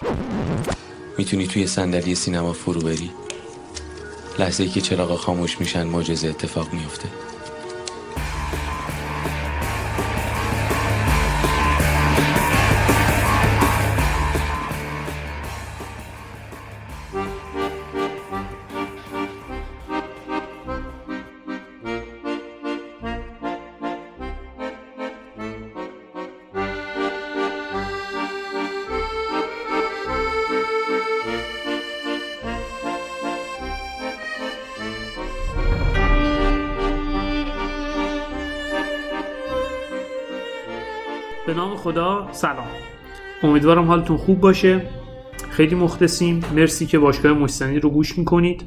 میتونی توی صندلی سینما فرو بری. لحظه‌ای که چراغا خاموش میشن معجزه اتفاق میفته. به نام خدا، سلام. امیدوارم حالتون خوب باشه. خیلی مخلصیم. مرسی که باشگاه مستنی رو گوش میکنید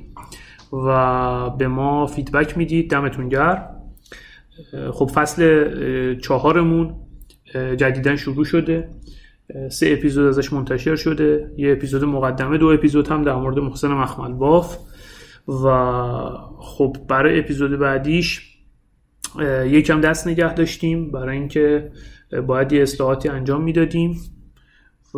و به ما فیدبک میدید. دمتون گرم. خب فصل 4مون جدیدن شروع شده. 3 اپیزود ازش منتشر شده. یه اپیزود مقدمه، 2 اپیزود هم در مورد محسن مخملباف و خب برای اپیزود بعدیش یکم دست نگه داشتیم برای اینکه باید یه اصلاحاتی انجام میدادیم و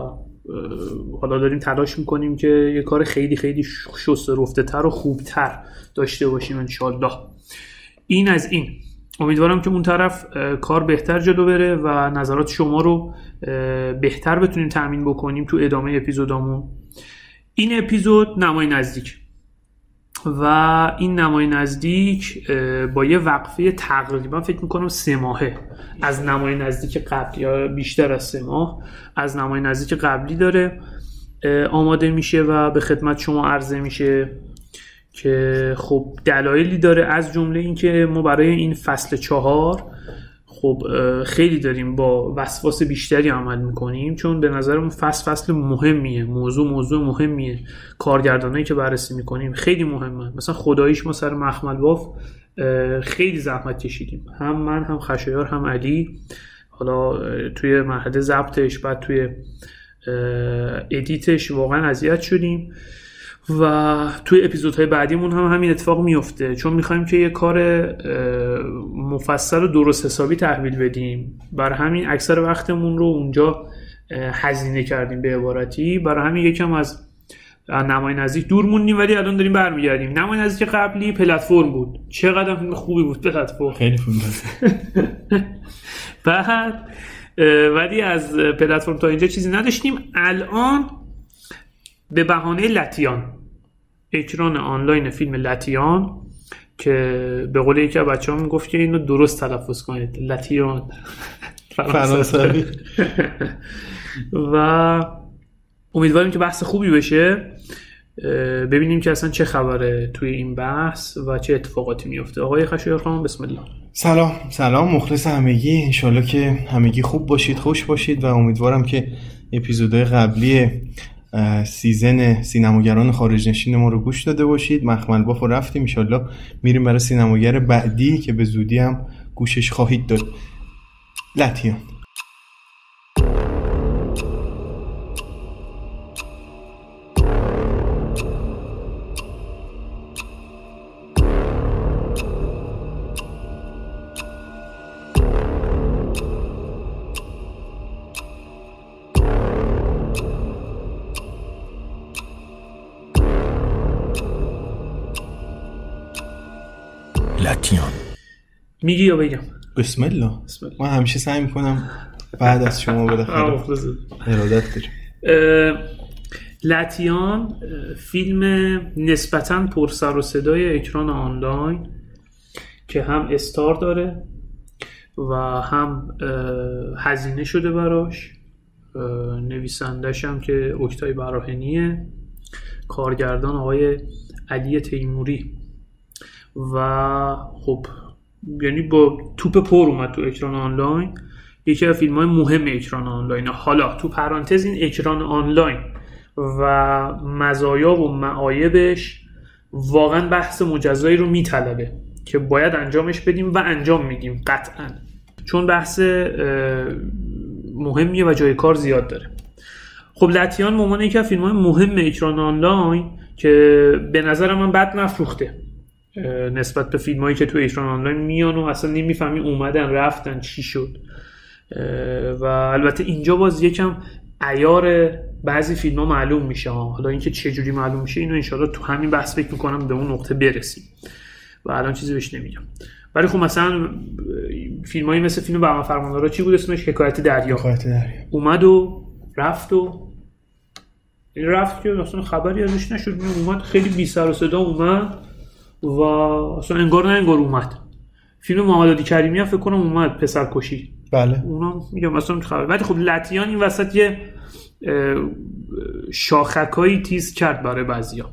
حالا داریم تلاش میکنیم که یه کار خیلی خیلی شسته رفته تر و خوبتر داشته باشیم انشالله. این از این. امیدوارم که اون طرف کار بهتر جلو بره و نظرات شما رو بهتر بتونیم تأمین بکنیم تو ادامه اپیزودامون. این اپیزود نمای نزدیک و این نمای نزدیک با یه وقفه تقریبا فکر میکنم 3 ماهه از نمای نزدیک قبلی یا بیشتر از 3 ماه از نمای نزدیک قبلی داره آماده میشه و به خدمت شما عرضه میشه که خب دلایلی داره، از جمله این که ما برای این فصل 4 خب خیلی داریم با وسواس بیشتری عمل میکنیم، چون به نظرمون فصل مهمیه، موضوع مهمیه. کارگردانایی که بررسی میکنیم خیلی مهمه. مثلا خداییش ما سر مخملباف خیلی زحمت کشیدیم، هم من هم خشایار هم علی، حالا توی مرحله ضبطش بعد توی ادیتش واقعا اذیت شدیم و توی اپیزودهای بعدیمون هم همین اتفاق میفته، چون میخوایم که یه کار مفصل و درست حسابی تحویل بدیم. برای همین اکثر وقتمون رو اونجا هزینه کردیم به عبارتی. برای همین یکم از نمای نزدیک دور موندیم، ولی الان داریم برمیگردیم. نمای نزدیک قبلی پلتفرم بود. چقدر فیلم خوبی بود پلتفرم. خیلی فیلم بود. بعد ولی از پلتفرم تا اینجا چیزی نداشتیم. الان به بهانه لتیان، اکران آنلاین فیلم لتیان، که به قول یکی از بچه‌ها میگفت که اینو درست تلفظ کنید، لتیان فرانسوی. و امیدواریم که بحث خوبی بشه، ببینیم که اصلا چه خبره توی این بحث و چه اتفاقاتی میفته. آقای خشایار خان بسم الله. سلام مخلص همگی. انشالله که همگی خوب باشید، خوش باشید و امیدوارم که اپیزودهای قبلی سیزن سینماگران خارج نشین ما رو گوش داده باشید. مخملباف رو رفتیم، انشالله میریم برای سینماگر بعدی که به زودی هم گوشش خواهید داد. لتیان. لتیان. میگی یا بگم؟ بسم الله. من همیشه سعی میکنم بعد از شما بالاخره ارادت داریم. لتیان فیلم نسبتاً پر سر و صدای اکران آنلاین که هم استار داره و هم هزینه شده براش. نویسندش هم که اکتای براهنیه، کارگردان آقای علی تیموری و خب یعنی با توپ پر اومد تو اکران آنلاین. یکی از فیلم‌های مهم اکران آنلاین. حالا تو پرانتز این اکران آنلاین و مزایا و معایبش واقعا بحث مجزایی رو میطلبه که باید انجامش بدیم و انجام میدیم قطعا، چون بحث مهمیه و جای کار زیاد داره. خب لتیان به عنوان یکی از فیلم‌های مهم اکران آنلاین که به نظر من بد نفروخته نسبت به فیلمایی که تو اکران آنلاین میان و اصلا نمیفهمی اومدن رفتن چی شد. و البته اینجا باز یکم عیار بعضی فیلم‌ها معلوم میشه حالا اینکه چه جوری معلوم میشه اینو انشالله تو همین بحث فکر میکنم به اون نقطه برسیم و الان چیزی بهش نمیگم. ولی خب مثلا فیلمایی مثل فیلم بهمن فرماندارا چی بود اسمش؟ حکایت دریا. اومد و رفت که اصلا خبری ازش نشد، اومد خیلی بی سر و صدا اومد و اصلا انگار اومد. فیلم محمد علی کریمی هم فکر کنم اومد، پسرکشی. بله اونا میگم اصلا خبر. ولی خب لطیان این وسط یه شاخکایی تیز کرد برای بعضیا.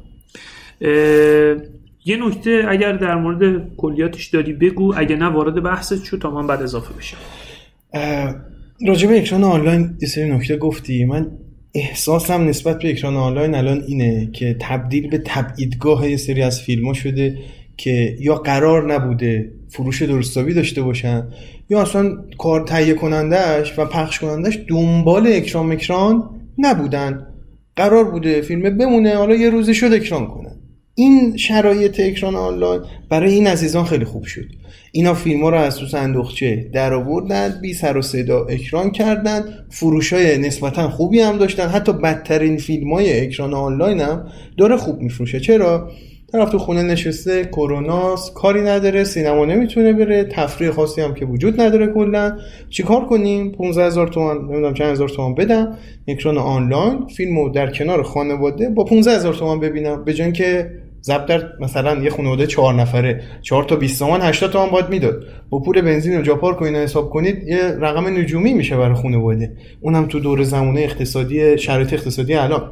یه نکته اگر در مورد کلیاتش داری بگو، اگه نه وارد بحثت شو تا من بعد اضافه بشم. راجع به اکران آنلاین یه سری نکته گفتی. من احساسم نسبت به اکران آنلاین الان اینه که تبدیل به تبعیدگاه یه سری از فیلم‌ها شده که یا قرار نبوده فروش درستابی داشته باشن یا اصلا کار تهیه کنندش و پخش کنندش دنبال اکران نبودن. قرار بوده فیلم بمونه، حالا یه روزی شد اکران کنن. این شرایط اکران آنلاین برای این عزیزان خیلی خوب شد. اینا فیلم‌ها رو از تو صندوقچه در آوردن، بی سر و صدا اکران کردن، فروشای نسبتا خوبی هم داشتن. حتی بدترین فیلم‌های اکران آنلاین هم داره خوب میفروشه. چرا؟ طرف تو خونه نشسته، کروناست، کاری نداره، سینما نمیتونه بره، تفریح خاصی هم که وجود نداره. کلا چیکار کنیم؟ 15000 تومان نمیدونم چند هزار تومان بدم اکران آنلاین، فیلمو در کنار خانواده با 15000 تومان ببینم، به جای اینکه ضبط در مثلا یه خانواده 4 نفره 4 تا 20 تومان 80 تومان باید میداد. با پول بنزین و جاپارک و اینا حساب کنید یه رقم نجومی میشه برای خانواده، اونم تو دور زمانه اقتصادی، شرایط اقتصادی الان.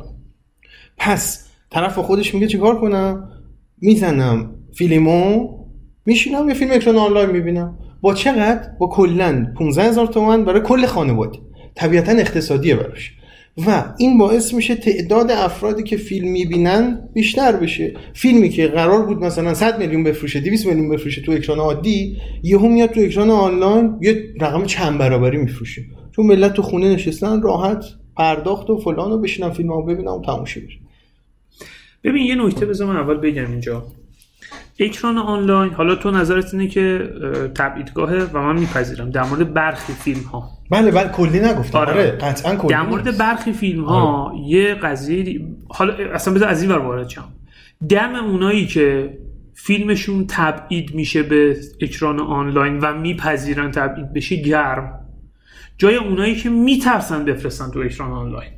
پس طرف خودش میگه چیکار کنم؟ میزنم فیلمو، میشینم یه فیلم اکران آنلاین میبینم. با چقدر؟ با کلن 15000 تومان برای کل خانواده. طبیعتا اقتصادیه براش و این باعث میشه تعداد افرادی که فیلم میبینن بیشتر بشه. فیلمی که قرار بود مثلا 100 میلیون بفروشه، 200 میلیون بفروشه تو اکران عادی، یهو میاد تو اکران آنلاین یه رقم چند برابری میفروشه، چون ملت تو خونه نشستن راحت پرداخت و فلان و بشینن فیلمو ببینن و تماشا کنن. ببین یه نکته بذار من اول بگم اینجا. اکران آنلاین، حالا تو نظرت اینه که تبعیدگاهه و من میپذیرم در مورد برخی فیلم ها. بله کلی نگفتم. آره قطعا کلی. در مورد برخی فیلم ها یه قضیه، حالا اصلا بذار از این ور وارد شم. دم اونایی که فیلمشون تبعید میشه به اکران آنلاین و میپذیرن تبعید بشه گرم، جای اونایی که میترسن بفرستن تو اکران آنلاین.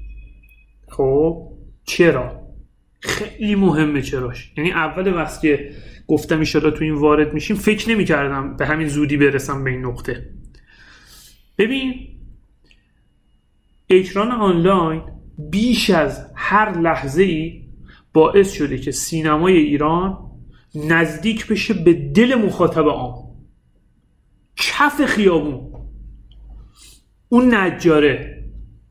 خب چرا؟ خیلی مهمه چراش. یعنی اول وقتی که گفتم ان شاءالله تو این وارد میشیم فکر نمی‌کردم به همین زودی برسم به این نقطه. ببین اکران آنلاین بیش از هر لحظه‌ای باعث شده که سینمای ایران نزدیک بشه به دل مخاطب عام. کف خیابون، اون نجاره،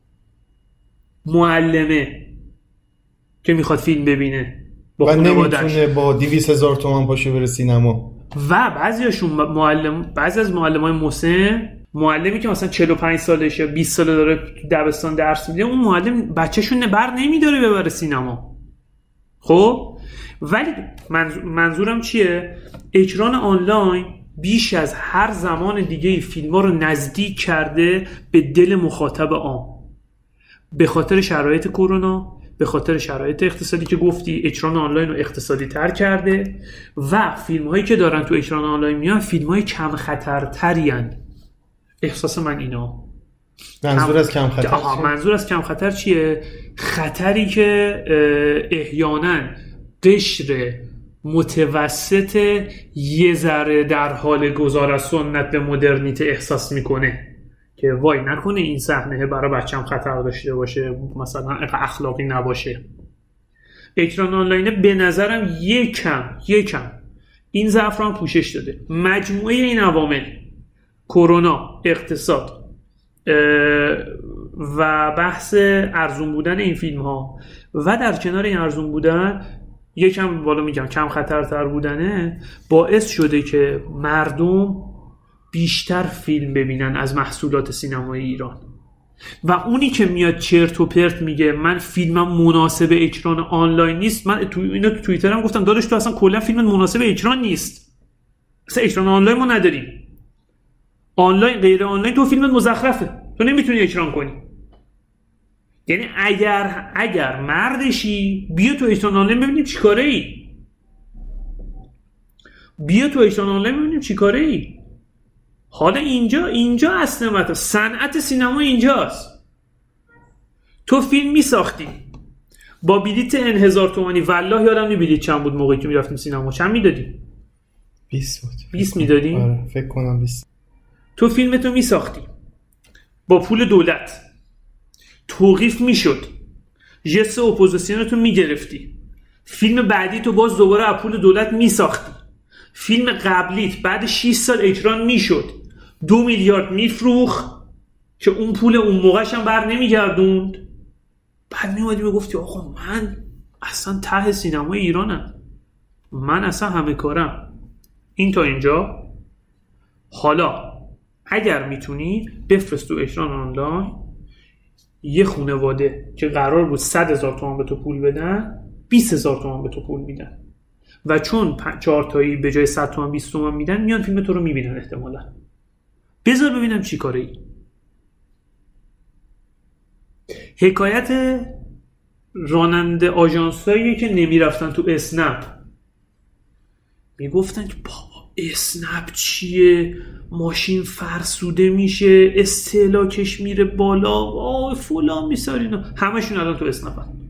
معلمه که میخواد فیلم ببینه با خانواده‌اش و نمیتونه با 200,000 تومان باشه بره سینما. و بعضیاشون بعضی از معلمای مسن، معلمی که مثلا 45 سالشه 20 ساله داره تو دبستان درس میده، اون معلم بچه‌شون بر نمیداره ببره سینما. خب ولی منظورم چیه؟ اکران آنلاین بیش از هر زمان دیگه فیلم‌ها رو نزدیک کرده به دل مخاطب عام. به خاطر شرایط کرونا، به خاطر شرایط اقتصادی که گفتی، اکران آنلاین رو اقتصادی تر کرده و فیلم هایی که دارن تو اکران آنلاین میان فیلم های کم خطرتری هن. احساس من اینا. منظور از کم خطر منظور از کم خطر چیه؟ خطری که احیانا قشر متوسط یه ذره در حال گذار از سنت به مدرنیته احساس میکنه که وای نکنه این صحنه برای بچه‌م خطر داشته باشه، مثلا اخلاقی نباشه. اکران آنلاین به نظرم یکم این ضعف رو هم پوشش داده. مجموعه این عوامل، کرونا، اقتصاد و بحث ارزون بودن این فیلم ها و در کنار این ارزون بودن یکم بالا میگم کم خطرتر بودنه، باعث شده که مردم بیشتر فیلم ببینن از محصولات سینمای ایران. و اونی که میاد چرت و پرت میگه من فیلمم مناسب اکران آنلاین نیست، من اینو تو توییترم گفتم داداش تو اصلا کلا فیلمت مناسب اکران نیست، اصلا اکران آنلاین ما نداریم. آنلاین غیر آنلاین تو فیلمت مزخرفه، تو نمیتونی اکران کنی. یعنی اگر مردشی بیا تو احسان آنلاین ببینیم چی کاره ای. حالا اینجا اصلا صنعت سینما اینجاست. تو فیلم میساختی با بلیت $1000 والله یادم نی بلیت چند بود موقعی که میرفتیم سینما. چند میدادی؟ 20 بود. 20 میدادی؟ آره فکر کنم 20. تو فیلمتو میساختی با پول دولت، توقیف میشد، ژست اپوزیسیونتو میگرفتی، فیلم بعدی تو باز دوباره از پول دولت میساختی، فیلم قبلیت بعد 6 سال اکران میشد 2 میلیارد میفروخت که اون پول اون موقعش هم بر نمیگردوند. بعد میومدی میگفتی آقا من اصلا ته سینمای ایرانم، من اصلا همه کارم. این تا اینجا. حالا اگر میتونی بفرست تو اکران آنلاین یه خانواده که قرار بود 100,000 تومان به تو پول بدن 20,000 تومان به تو پول میدن و چون 4 تایی به جای 100 تومان 20 تومان میدن میان فیلم تو رو میبینن. احتمالا بذار ببینم چی کاره ای. حکایت راننده آژانسایی که نمیرفتن تو اسنپ، میگفتن که بابا اسنپ چیه، ماشین فرسوده میشه، استهلاکش میره بالا، فلان میسار اینا. همشون الان تو اسنپ هست.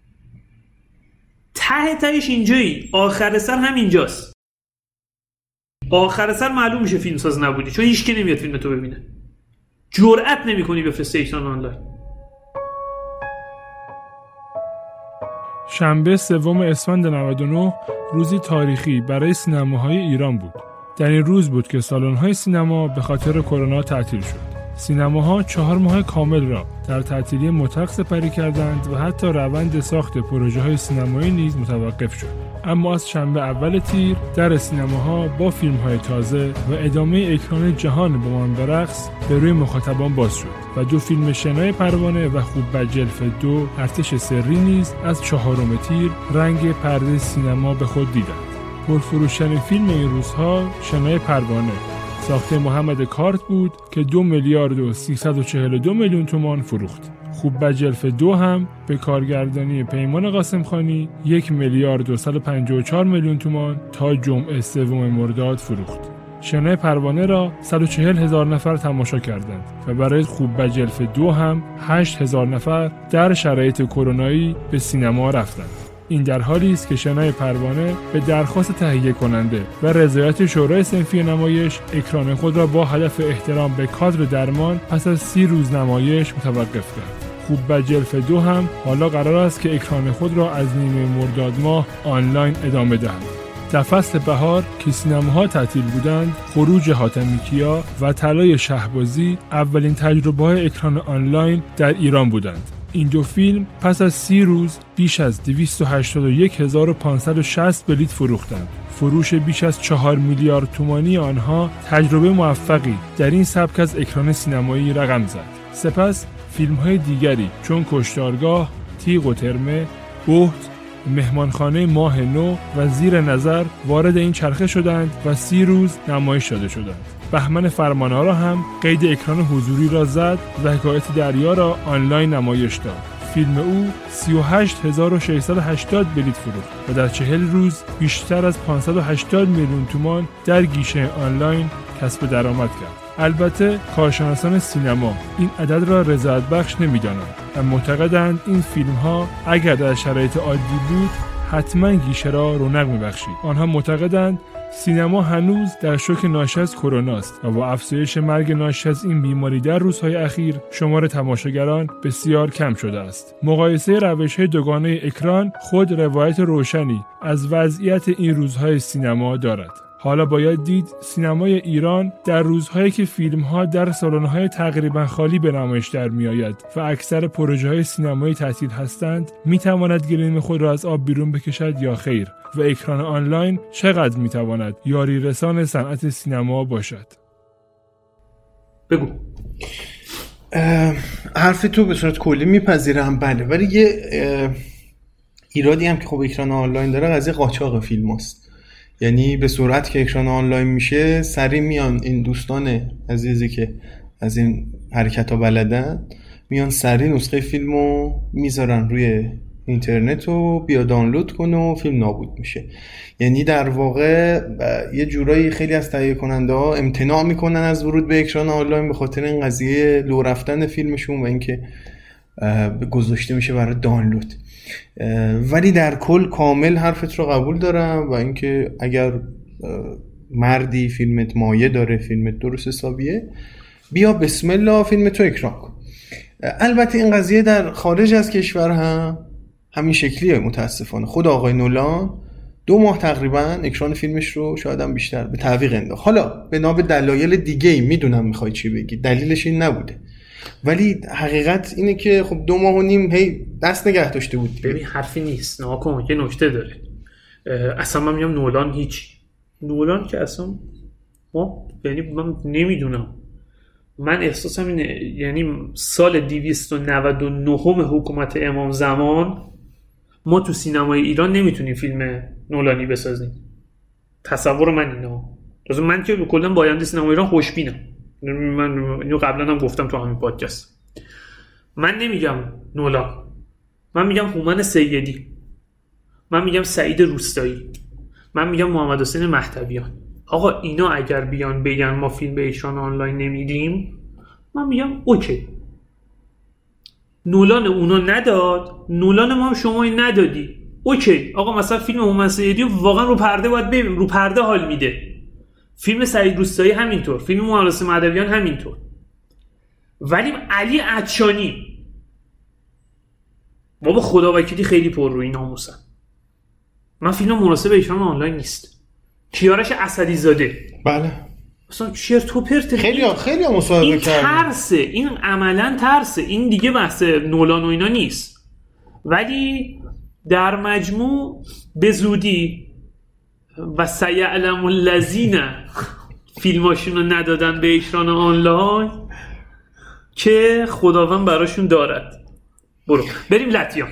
تهش اینجایی، آخر سر هم اینجاست. آخر سر معلوم میشه فیلمساز نبودی چون هیچ کی نمیاد فیلم تو ببینه. جرئت نمیکنی بفرستی اکران آنلاین. شنبه 3 اسفند 99 روزی تاریخی برای سینماهای ایران بود. در این روز بود که سالن‌های سینما به خاطر کرونا تعطیل شد. سینماها 4 ماه کامل را در تعطیلی مطلق سپری کردند و حتی روند ساخت پروژه‌های سینمایی نیز متوقف شد. اما از شنبه اول تیر در سینماها با فیلم‌های تازه و ادامه اکران جهان با من برقص به روی مخاطبان باز شد و 2 فیلم شنای پروانه و خوب بجلف 2 ارتش سری نیز از 4 تیر رنگ پرده سینما به خود دیدند. پرفروشترین فیلم این روزها شنای پروانه ساخته محمد کارت بود که 2 میلیارد و 342 میلیون تومان فروخت. خوب بجلف 2 هم به کارگردانی پیمان قاسمخانی 1 میلیارد و 154 میلیون تومان تا جمعه 3 مرداد فروخت. شنای پروانه را 140,000 نفر تماشا کردند و برای خوب بجلف 2 هم 8,000 نفر در شرایط کرونایی به سینما رفتند. این در حالی است که شنای پروانه به درخواست تهیه کننده و رضایت شورای صنفی نمایش اکران خود را با هدف احترام به کادر درمان پس از 30 روز نمایش متوقف کرد. خوب بجلف 2 هم حالا قرار است که اکران خود را از نیمه مرداد ماه آنلاین ادامه دهد. در فصل بهار که سینماها تعطیل بودند، خروج حاتمی کیا و طلای شهبازی اولین تجربه‌های اکران آنلاین در ایران بودند. این 2 فیلم پس از 30 روز بیش از 281,560 بلیت فروختند. فروش بیش از 4 میلیارد تومانی آنها تجربه موفقی در این سبک از اکران سینمایی رقم زد. سپس فیلم‌های دیگری چون کشتارگاه، تیغ و ترمه، بهت، مهمانخانه ماه نو و زیر نظر وارد این چرخه شدند و 30 روز نمایش داده شدند. بهمن فرمانها را هم قید اکران حضوری را زد و حکایت دریا را آنلاین نمایش داد. فیلم او 38,680 بلیت فروخت و در 40 روز بیشتر از 580 میلیون تومان در گیشه آنلاین کسب درآمد کرد. البته کارشناسان سینما این عدد را رضایت بخش نمی‌دانند و معتقدند این فیلم‌ها اگر در شرایط عادی بود حتما گیشه را رونق می‌بخشید. آنها معتقدند سینما هنوز در شوک ناشی از کرونا است و با افزایش مرگ ناشی از این بیماری در روزهای اخیر شمار تماشاگران بسیار کم شده است. مقایسه روش‌های دوگانه اکران خود روایت روشنی از وضعیت این روزهای سینما دارد. حالا باید دید سینمای ایران در روزهایی که فیلم‌ها در سالن‌های تقریباً خالی به نمایش در می‌آید و اکثر پروژه‌های سینمایی تعطیل هستند می‌تواند گلیم خود را از آب بیرون بکشد یا خیر و اکران آنلاین چقدر می‌تواند یاری رسان صنعت سینما باشد. بگو. حرف تو به صورت کلی میپذیرم، بله، ولی یه ایرادی هم که خب اکران آنلاین داره قضیه قاچاق فیلم هست. یعنی به صورت که اکران آنلاین میشه سریع میان این دوستان عزیزی که از این حرکت ها بلدن میان سریع نسخه فیلمو میذارن روی اینترنت و بیا دانلود کن و فیلم نابود میشه. یعنی در واقع یه جورایی خیلی از تهیه کننده ها امتناع میکنن از ورود به اکران آنلاین به خاطر این قضیه لو رفتن فیلمشون و اینکه گذاشته میشه برای دانلود. ولی در کل کامل حرفت رو قبول دارم و اینکه اگر مردی فیلمت مایه داره، فیلمت درست حسابیه، بیا بسم الله فیلمتو اکران کن. البته این قضیه در خارج از کشور هم همین شکلیه متاسفانه. خود آقای نولان 2 ماه تقریبا اکران فیلمش رو شاید هم بیشتر به تعویق انداخت. حالا بنا به دلایل دیگه‌ای میدونم میخوای چی بگی، دلیلش این نبوده، ولی حقیقت اینه که خب 2 ماه و نیم هی دست نگه داشته بود. ببین حرفی نیست، ناکن یه نکته داره. اصلا من میگم نولان که اصلا یعنی من نمیدونم، من احساسم اینه یعنی سال 299 حکومت امام زمان ما تو سینمای ایران نمیتونیم فیلم نولانی بسازیم. تصور من اینا. من که کلا با آینده سینما ایران خوشبینم. من اینو قبلا هم گفتم تو همین پادکست. من نمیگم نولان، من میگم هومن سیدی، من میگم سعید روستایی، من میگم محمد حسین مهدویان. آقا اینا اگر بیان بگن ما فیلم به اکران آنلاین نمیدیم، من میگم اوکی. نولان اونا نداد، نولان ما هم شما ندادی، اوکی. آقا مثلا فیلم هومن سیدی واقعا رو پرده باید ببینیم، رو پرده حال میده. فیلم سعید روستایی همینطور، فیلم محمد حسین مهدویان همینطور. ولی علی عطشانی بابا خدا وکیلی خیلی پر روی ناموسن. من فیلم مناسب اکران آنلاین نیست. کیارش اسدی زاده، بله اصلا چرت و پرت. خیلی مصاحبه کرد. این ترسه، این عملا ترسه. این دیگه بحث نولان و اینا نیست. ولی در مجموع به زودی و سیعلم الذین فیلماشون رو ندادن به اکران آنلاین که خداوند براشون دارد. برو بریم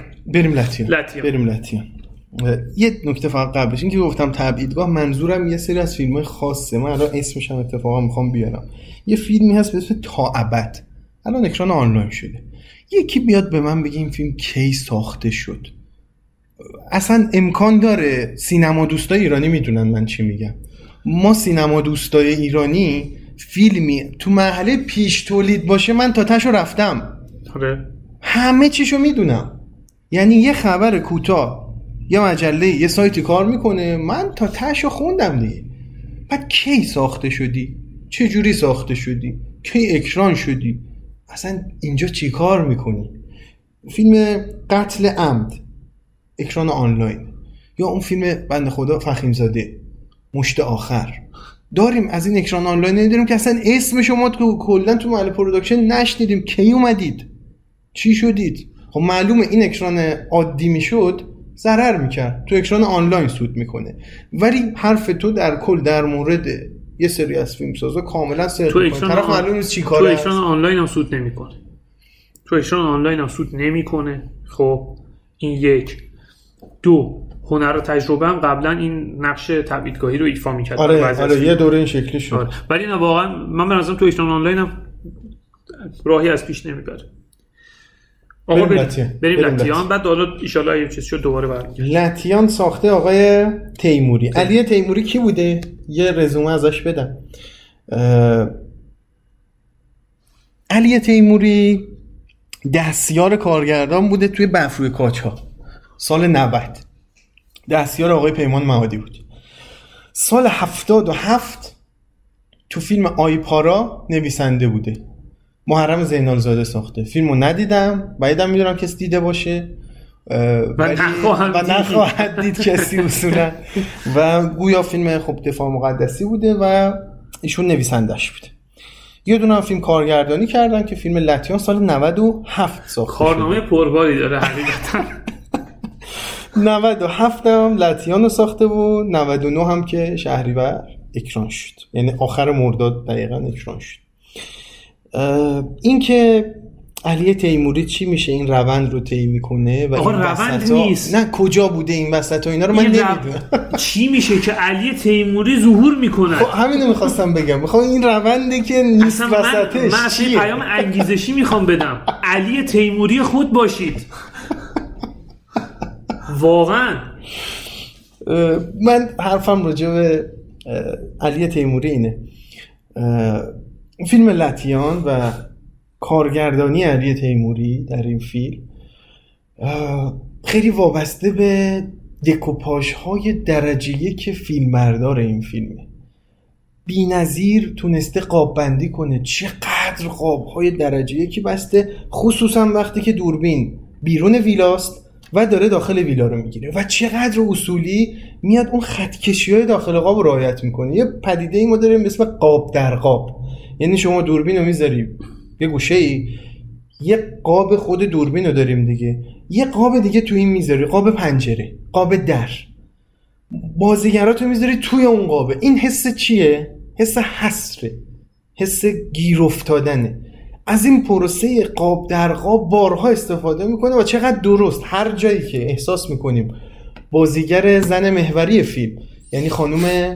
لطیان. یه نکته فقط قبلش این که گفتم تبعیدگاه، منظورم یه سری از فیلم‌های خاصه. من الان اسمش هم اتفاقا میخوام بیارم. یه فیلمی هست به اسم تا ابد، الان اکران آنلاین شده. یکی بیاد به من بگه این فیلم کی ساخته شد. اصلا امکان داره سینما دوستای ایرانی میدونن من چی میگم. ما سینما دوستای ایرانی فیلمی تو مرحله پیش تولید باشه من تا تاشو رفتم. همه چیشو میدونم. یعنی یه خبر کوتاه یه مجله یه سایتی کار میکنه، من تا تاشو خوندم دیگه. بعد کی ساخته شدی؟ چه جوری ساخته شدی؟ کی اکران شدی؟ اصلا اینجا چی کار میکنی؟ فیلم قتل عمد اکران آنلاین، یا اون فیلم بنده خدا فخیمزاده مشت آخر، داریم از این اکران آنلاین نداریم که اصلا اسم شما کلا تو محل پروداکشن نشنیدیم. کی اومدید؟ چی شدید؟ خب معلومه این اکران عادی میشد ضرر میکرد، تو اکران آنلاین سود میکنه. ولی حرف تو در کل در مورد یه سری از فیلمسازا کاملا صحیح میکنه. طرف معلوم نیست چی کاره. تو اکران آنلاین هم سود نمیکنه. خب این یک. 2 هنر و تجربه هم قبلا این نقش تبعیدگاهی رو ایفا میکرد. آره یه دوره این شکلی شد. ولی نه واقعا من به نظرم تو اکران آنلاین هم راهی از پیش نمیبره. آقا بریم لطیان. بعد حالا ان شاءالله یه چیز شد دوباره برمیگردیم. لطیان ساخته آقای تیموری. علی تیموری کی بوده؟ یه رزومه ازش بدم. علی تیموری دستیار کارگردان بوده توی بفروی کاچ‌ها سال 90. دستیار آقای پیمان معادی بود. سال 77 تو فیلم آیپارا نویسنده بوده. محرم زینالزاده ساخته. فیلمو ندیدم، بعیدم میدونم کسی دیده باشه و نخواهد دید کسی اصولا. و گویا فیلم خب دفاع مقدسی بوده و ایشون نویسندش بوده. یه دونه فیلم کارگردانی کردن که فیلم لطیان سال 97 ساخته. کارنامه پرباری داره حقیقتا. 97 هم لطیان رو ساخته و 99 هم که شهریور اکران شد، یعنی آخر مرداد دقیقاً اکران شد. این که علی تیموری چی میشه این روند رو طی میکنه و این روند نیست، نه کجا بوده این وسط و اینا رو من نمیدونم. چی میشه که علی تیموری ظهور میکنه؟ خب همینو میخواستم بگم. میخوام این رونده که نیست وسطش. من اصلا پیام انگیزشی میخوام بدم. علی تیموری خود باشید. واقعا من حرفم راجع به علی تیموری اینه. فیلم لطیان و کارگردانی علی تیموری در این فیلم خیلی وابسته به دکوپاژهای درجه یک فیلمبردار این فیلمه. بی‌نظیر تونسته قاب بندی کنه، چقدر قاب‌های درجه یکی بسته، خصوصا وقتی که دوربین بیرون ویلاست و داره داخل ویلا رو میگیره و چقدر اصولی میاد اون خطکشی‌های داخل قاب رو رعایت میکنه. یه پدیده‌ای ما داریم به اسم قاب در قاب، یعنی شما دوربین رو میذاری یه گوشه‌ای، یه قاب خود دوربین رو داریم دیگه، یه قاب دیگه تو این میذاری، قاب پنجره، قاب در، بازیگراتو میذاری توی اون قابه. این حس چیه؟ حس حسره، حس گیر افتادنه. از این پروسه قاب در قاب بارها استفاده میکنه و چقدر درست. هر جایی که احساس میکنیم بازیگر زن محوری فیلم، یعنی خانم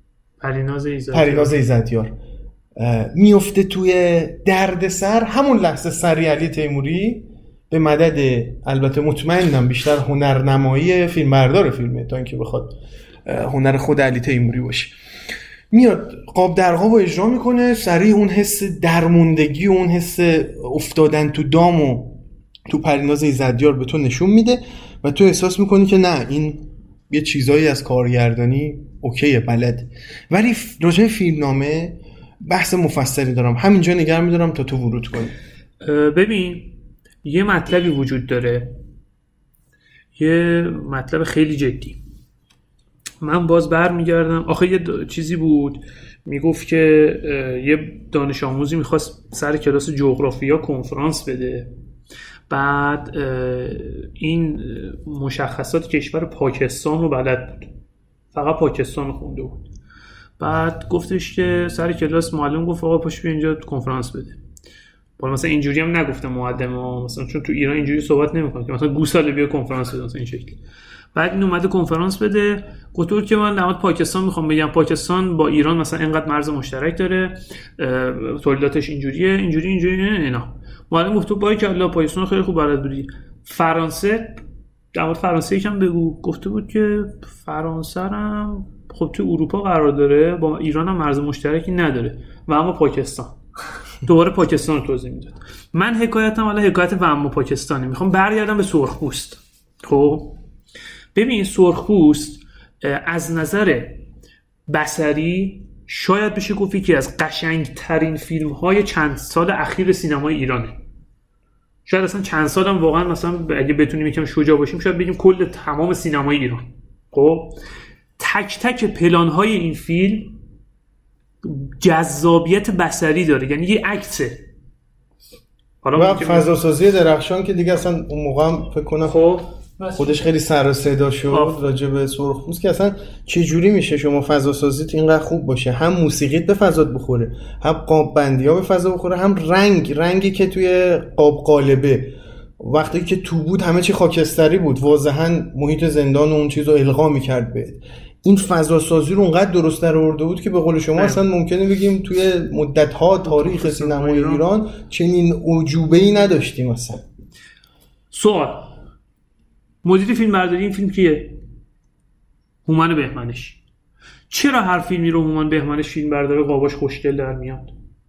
پریناز ایزدیار میفته توی درد سر، همون لحظه سری علی تیموری به مدد، البته مطمئنم بیشتر هنرنمایی فیلمبردار فیلمه تا اینکه بخواد هنر خود علی تیموری باشه، میاد قاب در قاب رو اجرا میکنه. سریع اون حس درموندگی و اون حس افتادن تو دام و تو پریناز ایزدیار به تو نشون میده و تو احساس میکنی که نه، این یه چیزایی از کارگردانی اوکیه، بلد. ولی راجع فیلمنامه بحث مفصلی دارم، همینجا نگه میدارم تا تو ورود کنی. ببین یه مطلبی وجود داره، یه مطلب خیلی جدی. من باز برمیگردم، آخه یه چیزی بود میگفت که یه دانش آموزی میخواست سر کلاس جغرافیا کنفرانس بده، بعد این مشخصات کشور پاکستان رو بلد بود، فقط پاکستان رو خونده بود. بعد گفتش که سر کلاس معلم گفت آقا پاشو بیا اینجا کنفرانس بده. بالا مثلا اینجوری هم نگفته معلم ها، مثلا چون تو ایران اینجوری صحبت نمیکنه که مثلا گوساله بیا کنفرانس بده مثلا این شکلی. بعد این اومده کنفرانس بده، گفت که من در مورد پاکستان میخوام بگم، پاکستان با ایران مثلا اینقدر مرز مشترک داره، تولیداتش اینجوریه اینجوری اینا. معلم گفت تو بای که الله پاکستان خیلی خوب بلد بودی. فرانسه، در مورد فرانسه یکم بگو. گفته بود که فرانسه هم خب تو اروپا قرار داره، با ایران هم مرز مشترکی نداره و اما پاکستان. دوباره پاکستان رو توضیح میداد. من حکایتم حالا حکایت و اما پاکستانی، میخوام برگردم به سرخپوست. خب ببین سرخپوست از نظر بصری شاید بشه گفت یکی از قشنگترین فیلم های چند سال اخیر سینمای ایرانه. شاید اصلا چند سال هم واقعا مثلا اگه بتونیم یکم شجاع باشیم شاید بگیم کل تمام سینمای ایران. خب تک تک پلان های این فیلم جذابیت بصری داره، یعنی یه عکسه. حالا فضا سازی درخشان که دیگه اصلا اون موقع هم فکر کنم خب خودش خیلی سر و صدا شد راجع به سرخپوست که اصلا چه جوری میشه شما فضا سازیت اینقدر خوب باشه، هم موسیقیت به فضات بخوره، هم قاب بندی‌ها به فضا بخوره، هم رنگی که توی قاب قالبه. وقتی که تو بود همه چی خاکستری بود، واضحا محیط زندان و اون چیزو القا می‌کرد به این فضا سازی رو اونقدر درست در آورده بود که به قول شما اصلا ممکنه بگیم توی مدت‌ها تاریخ سینمای ایران چنین عجوبه‌ای نداشتیم. مثلا سوال، مدیر فیلم برداری این فیلم کیه؟ هومن بهمنش. چرا هر فیلمی رو هومن بهمنش فیلم برداره قاباش خوشگل در میاد؟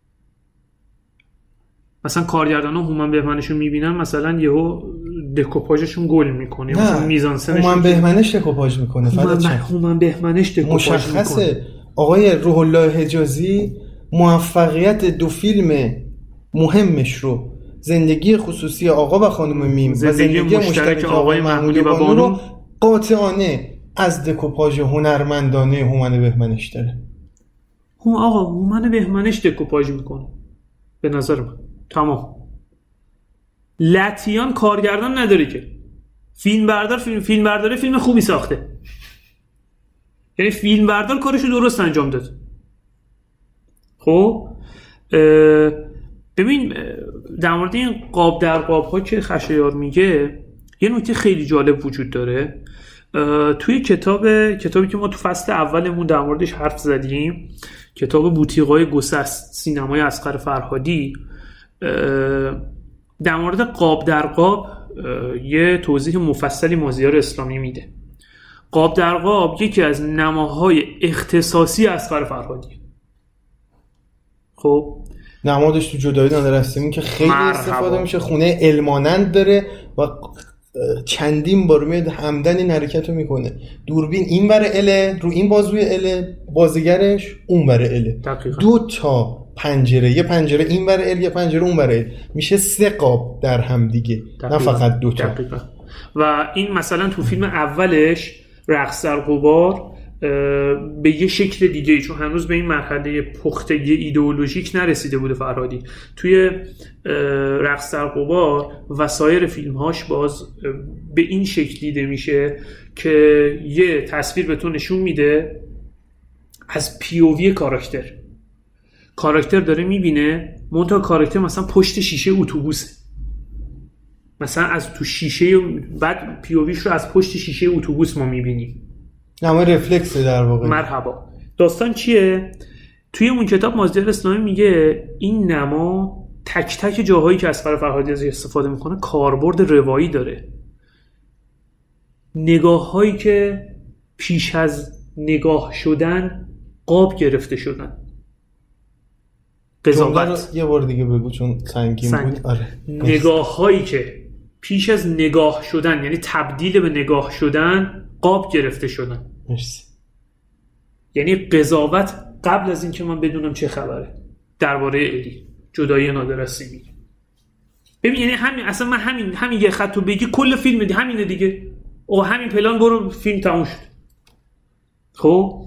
مثلا کارگردانا هومن بهمنش رو میبینن مثلا یهو دکوپاژشون گل میکنه، مثلا میزانسنش هومن بهمنش دکوپاژ میکنه. هومن بهمنش دکوپاژ مشخصه. آقای روح الله حجازی موفقیت دو فیلم مهمش رو، زندگی خصوصی آقا و خانم میم و زندگی مشترک آقای محمودی و بانو رو قاطعانه از دکوپاژ هنرمندانه هومن بهمنش داره. آقا هومن بهمنش دکوپاژ میکنه به نظر من. تمام. لطیان کارگردان نداره که، فیلم بردار فیلم خوبی ساخته، یعنی فیلم بردار کارشو درست انجام داد. خب ببین در مورد این قاب در قاب ها که خشایار میگه یه نکته خیلی جالب وجود داره. توی کتابی که ما تو فصل اولمون در موردش حرف زدیم، کتاب بوتیقای گسست، سینمای اصغر فرهادی، در مورد قاب در قاب یه توضیح مفصلی مازیار اسلامی میده. قاب در قاب یکی از نماهای اختصاصی اصغر فرهادی. خب نمادش تو جدایی نادرستمی که خیلی استفاده میشه، خونه علمانند داره و چندین بار میاد همدن این حرکت رو میکنه. دوربین این بره اله، رو این بازوی اله، بازیگرش اون بره اله. دقیقا. 2 تا پنجره، یه پنجره این بره اله، یه پنجره اون بره اله. میشه 3 قاب در هم دیگه. دقیقا. نه فقط 2 تا. دقیقا. و این مثلا تو فیلم اولش رقص در غبار به یه شکل دیگه، چون هنوز به این مرحله پختگی ایدئولوژیک نرسیده بوده فرهادی، توی رقص در غبار و سایر فیلمهاش باز به این شکل دیده میشه که یه تصویر بهتون نشون میده از پیووی کاراکتر داره میبینه، منتها کاراکتر مثلا پشت شیشه اتوبوسه، مثلا از تو شیشه، بعد پیوویش رو از پشت شیشه اتوبوس ما میبینیم. نمای رفلکس در واقع. مرحبا. داستان چیه؟ توی اون کتاب مازیار اسلامی میگه این نما تک تک جاهایی که اصغر فرهادی ازش استفاده میکنه کاربرد روایی داره. نگاه هایی که پیش از نگاه شدن قاب گرفته شدن. قضاوت. یه بار دیگه بگو چون سنگین بود. آره. نگاه هایی که پیش از نگاه شدن، یعنی تبدیل به نگاه شدن، قاب گرفته شدن. مرسی. یعنی قضاوت قبل از این که من بدونم چه خبره درباره الی، جدایی نادرستمی. ببین یعنی همین، اصلا من همین یه خط رو بگی کل فیلم دی همینه دیگه. او همین پلان برو فیلم تموم شد. خب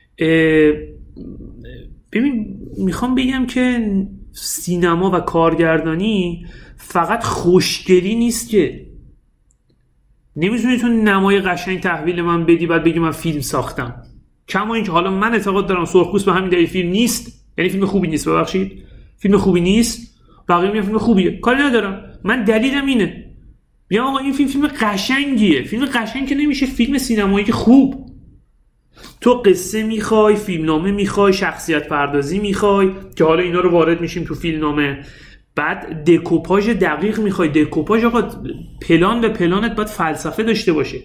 ببین میخوام بگم که سینما و کارگردانی فقط خوشگلی نیست که نمیتونی تو نمای قشنگ تحویل من بدی بعد بگی من فیلم ساختم. کما اینکه حالا من اعتقاد دارم سرخپوست به همین دلیل فیلم نیست، یعنی فیلم خوبی نیست، ببخشید فیلم خوبی نیست، بقیه میگن فیلم خوبیه، کاری ندارم، من دلیلم اینه، میگم آقا این فیلم قشنگیه. فیلم قشنگ که نمیشه فیلم سینمایی که خوب. تو قصه میخوای، فیلمنامه میخوای، شخصیت پردازی میخوای که حالا اینا رو وارد میشیم تو فیلمنامه، بعد دکوپاژ دقیق میخوای. دکوپاژ آقا پلان به پلانت باید فلسفه داشته باشه.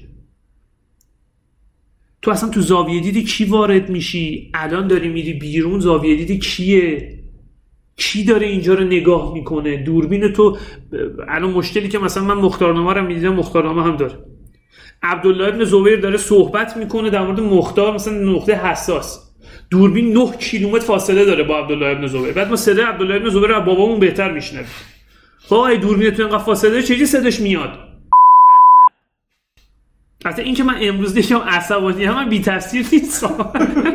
تو اصلا تو زاویه دیدی کی وارد میشی، الان داری میری بیرون زاویه دیدی کیه، کی داره اینجا رو نگاه میکنه، دوربین تو. الان مشکلی که مثلا من مختارنامه رو میدیدم، مختارنامه هم داره عبدالله ابن زبیر داره صحبت میکنه در مورد مختار، مثلا نقطه حساس، دوربین 9 کیلومتر فاصله داره با عبدالله ابن زبیر، بعد ما صدای عبدالله ابن زبیر رو از بابامون بهتر میشنویم. خب ای دوربین تو اینقدر فاصله داره چجوری صداش میاد؟ حتی این که من امروز دیشم عصبانی هم، من بی تاثیر نیستم.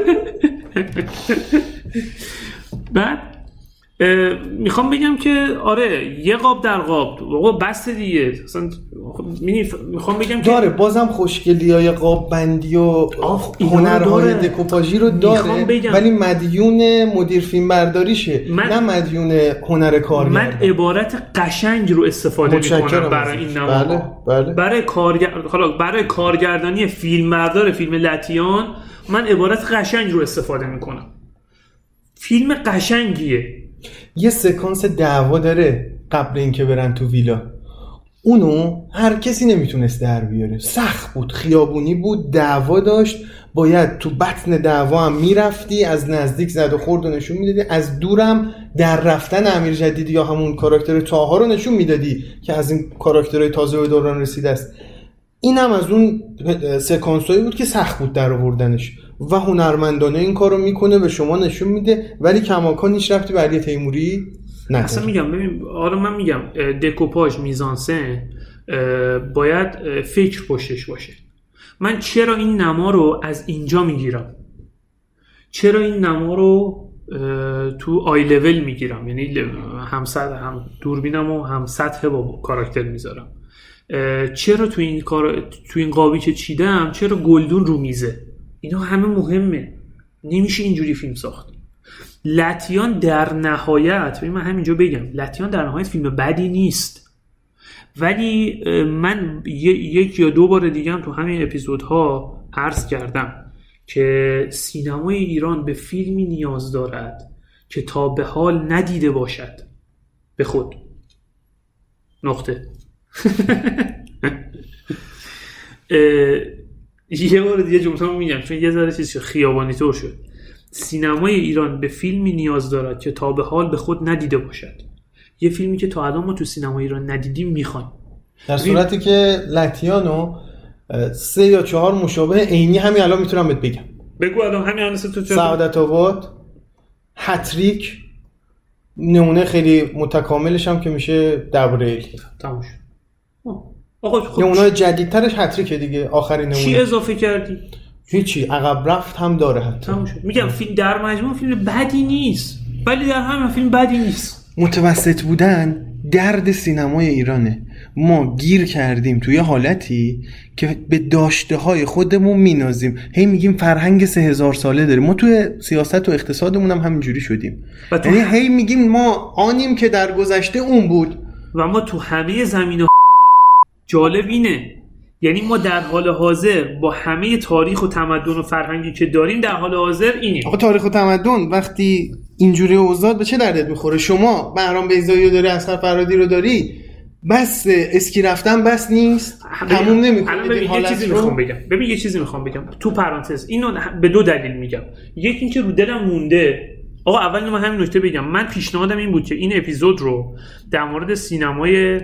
بعد میخوام بگم که آره یه قاب در قاب آقا بس دیگه. مثلا میخوام بگم که داره بازم خوشگلیای قاب بندی و هنرهای دکوپاژی رو داره، ولی مدیون مدیر فیلم برداریشه، نه مدیون هنر کارگردان. من عبارت قشنگ رو استفاده میکنم برای این نماها. بله. برای کارگردانی فیلم بردار فیلم لطیان من عبارت قشنگ رو استفاده میکنم. فیلم قشنگیه. یه سکانس دعوا داره قبل اینکه برن تو ویلا، اونو هر کسی نمیتونست در بیاره، سخت بود، خیابونی بود، دعوا داشت، باید تو بطن دعوا هم میرفتی، از نزدیک زد و خورد و نشون میدادی، از دورم در رفتن امیر جدیدی یا همون کاراکتر طاها رو نشون میدادی که از این کاراکترهای تازه به دوران رسیده است. این هم از اون سکانسایی بود که سخت بود در آوردنش و هنرمندانه این کارو میکنه، به شما نشون میده، ولی کماکان هیچ ربطی به علی تیموری نداره. اصلا میگم ببین آره من میگم دکوپاژ میزانسن باید فکر پشتش باشه. من چرا این نما رو از اینجا میگیرم، چرا این نما رو تو آی لول میگیرم، یعنی هم دوربینم و هم سطح با کاراکتر میذارم، چرا تو این قابی که چیدم چرا گلدون رو میزه، اینا همه مهمه. نمیشه اینجوری فیلم ساخت. لطیان در نهایت، من همینجا بگم لطیان در نهایت فیلم بدی نیست، ولی من یک یا دو بار دیگه هم تو همین اپیزودها عرض کردم که سینمای ایران به فیلمی نیاز دارد که تا به حال ندیده باشد به خود. نقطه. یه بار دیگه جمله‌مو میگم چون یه ذره چیز خیابانی طور شد. سینمای ایران به فیلمی نیاز دارد که تا به حال به خود ندیده باشد. یه فیلمی که تا الان ما تو سینمای ایران ندیدیم میخوایم. در صورتی که لتیانو 3 یا 4 مشابه عینی همین الان میتونم بهت بگم. بگو الان همین الان تو سعادت آباد، هتریک، نمونه خیلی متکاملش هم که میشه دبریل. تموم شد. آقا خب نمونه جدیدترش هتریکه دیگه. آخرین نمونه چی اضافه کردی؟ هیچی، عقب رفت هم داره حتی. تموم شد. میگم فیلم در مجموع فیلم بدی نیست، ولی در همین فیلم بدی نیست. متوسط بودن درد سینمای ایرانه. ما گیر کردیم توی حالتی که به داشته های خودمون مینازیم، هی میگیم فرهنگ 3000 ساله داریم. ما توی سیاست و اقتصادمون هم همینجوری شدیم، یعنی هی میگیم ما آنیم که در گذشته اون بود و ما تو همه زمینه جالب اینه، یعنی ما در حال حاضر با همه تاریخ و تمدن و فرهنگی که داریم در حال حاضر اینه. آقا تاریخ و تمدن وقتی اینجوری اوضاع به چه دردت میخوره؟ شما بهرام بیضایی رو داری، اصغر فرهادی رو داری، بس اسکی رفتن بس نیست، تموم نمیکنه این حالت رو. ببین یه چیزی میخوام بگم تو پرانتز، اینو به 2 دلیل میگم. یکی اینکه رو دلم مونده. آقا اول من همین نکته بگم، من پیشنهادم این بود که این اپیزود رو در مورد سینمای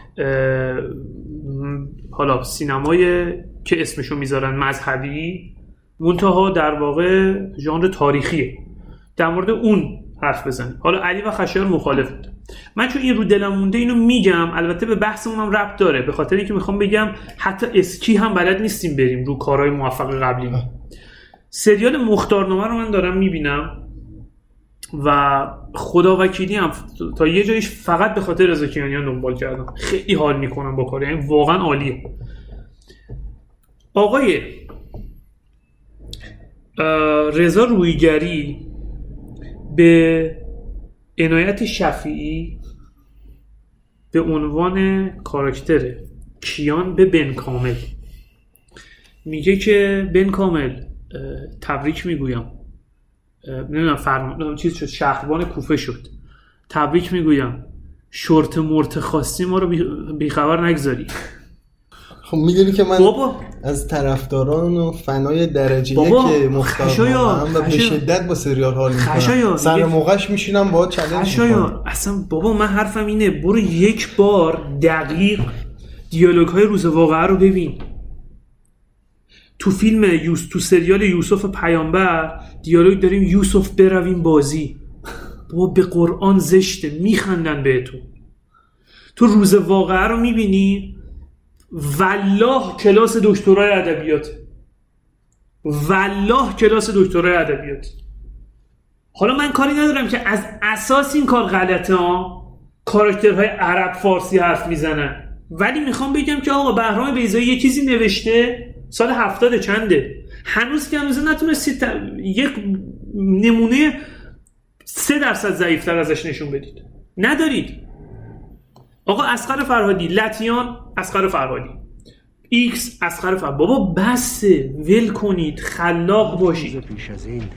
حالا سینمای که اسمشو میذارن مذهبی، منتها در واقع ژانر تاریخیه، در مورد اون حرف بزنیم. حالا علی و خشایار مخالف بود. من چون این رو دلم مونده اینو میگم، البته به بحثمون هم ربط داره، به خاطر اینکه میخوام بگم حتی اسکی هم بلد نیستیم بریم رو کارهای موفق قبلی. سریال مختارنامه رو من دارم میبینم و خداوکیلی هم تا یه جایش فقط به خاطر رضا کیانیان دنبال کردم. خیلی حال میکنم با کار، یعنی واقعا عالیه. آقای رضا رویگری به عنایت شفیعی به عنوان کاراکتر کیان به بن کامل میگه که بن کامل تبریک میگویم، نمیدونم چیز شد، شهربان کوفه شد، تبریک میگویم، شورت مرت خواستی ما رو بیخبر نگذاری. خب میدونی که من بابا از طرفداران و فنای درجه یک مختارنامه و به شدت با سریال حال میکنم، سر موقعش میشینم با چالش میکنم. اصلا بابا من حرفم اینه، برو یک بار دقیق دیالوگ های روز واقعه رو ببین. تو فیلم تو سریال یوسف پیامبر دیالوگ داریم یوسف برویم بازی، بابا به قرآن زشته، میخندن بهتون. تو روز واقعه رو میبینی، والله کلاس دکترای ادبیات، والله کلاس دکترای ادبیات. حالا من کاری ندارم که از اساس این کار غلطه ها، کاراکترهای عرب فارسی حرف میزنن، ولی میخوام بگم که آقا بهرام بیضایی یه چیزی نوشته سال 70 چنده، هنوز که هنوز نتونستید یک نمونه 3% ضعیفتر ازش نشون بدید، ندارید. آقا اصغر فرهادی، لتیان اصغر فرهادی، ایکس اصغر فرهادی، بابا بسه، ول کنید، خلاق باشید. پیش از این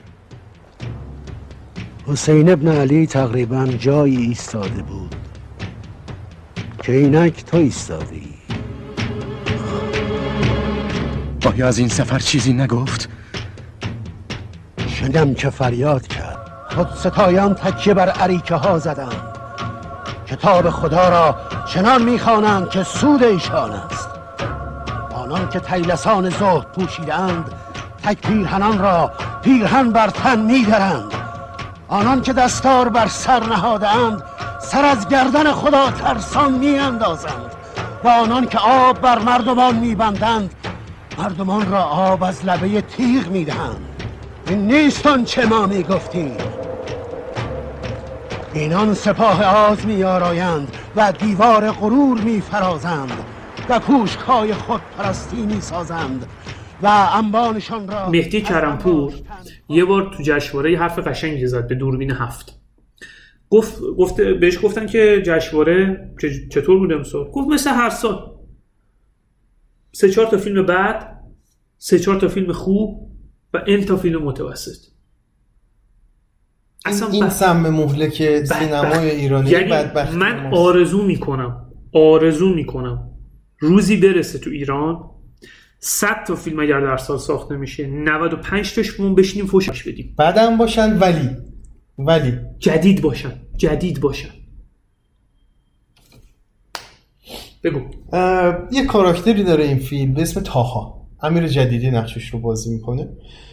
حسین ابن علی تقریبا جایی ایستاده بود که اینک تو ایستادی. آیا از این سفر چیزی نگفت؟ شنیدم که فریاد کرد. خود ستایان تکیه بر اریکه ها زدند، کتاب خدا را چنان میخوانند که سود ایشان است. آنان که طیلسان زهد پوشیدند، تک پیرهنان را پیرهن بر تن میدرند. آنان که دستار بر سر نهادند، سر از گردن خدا ترسان میاندازند. و آنان که آب بر مردمان میبندند، مردمان را آب از لبه تیغ میدهند. این نیست آن چه ما میگفتیم. اینان سپاه آز میآرایند و دیوار غرور میفرازند و کوشک‌های خود پرستی میسازند و انبانشان را. مهدی کرمپور یه بار تو جشنواره حرف قشنگی زد به دوربین 7. گفت بهش گفتن که جشنواره چطور بود امسال؟ گفت مثل هر سال، 3-4 تا فیلم بد، 3-4 تا فیلم خوب و n تا فیلم متوسط. این سم مهلک سینمای ایرانی یعنی بدبخت من آرزو میکنم آرزو میکنم روزی برسه تو ایران 100 تا فیلم اگر در سال ساخته میشه 95 تاشمون بشینیم فوشش بدیم. بعدم باشن ولی جدید باشن. بگو. یه کاراکتری داره این فیلم به اسم طاها. امیر جدیدی نقشش رو بازی میکنه.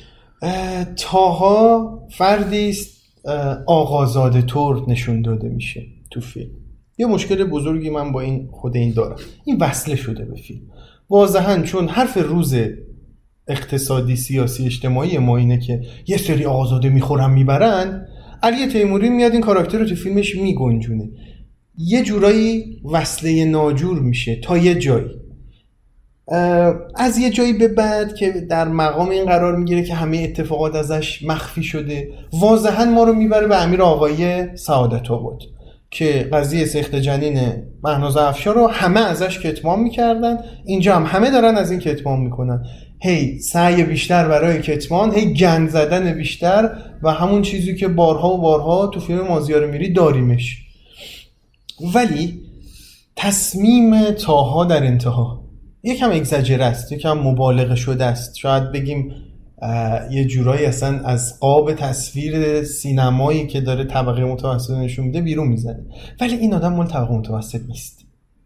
طاها فردی است آقازاده طور نشون داده میشه تو فیلم. یه مشکل بزرگی من با خود این دارم، این وصله شده به فیلم واضحاً، چون حرف روز اقتصادی سیاسی اجتماعی ما اینه که یه سری آقازاده میخورن میبرن. علی تیموری میاد این کاراکتر رو تو فیلمش میگنجونه، یه جورایی وصله ناجور میشه تا یه جایی. از یه جایی به بعد که در مقام این قرار میگیره که همه اتفاقات ازش مخفی شده، واضحاً ما رو میبره به امیر آقایی سعادت‌آباد که قضیه سخت جنین مهناز افشار رو همه ازش کتمان میکردن. اینجا هم همه دارن از این کتمان میکنن، هی سعی بیشتر برای کتمان، هی گند زدن بیشتر و همون چیزی که بارها و بارها تو فیلم مازیار میری داریمش. ولی تصمیم طاها در انتها یکم اگزاجره است، یکم مبالغه شده است، شاید بگیم یه جورایی اصلا از قاب تصویر سینمایی که داره طبقه متوسط نشون میده بیرون میزنه. ولی این آدم مال طبقه متوسط نیست،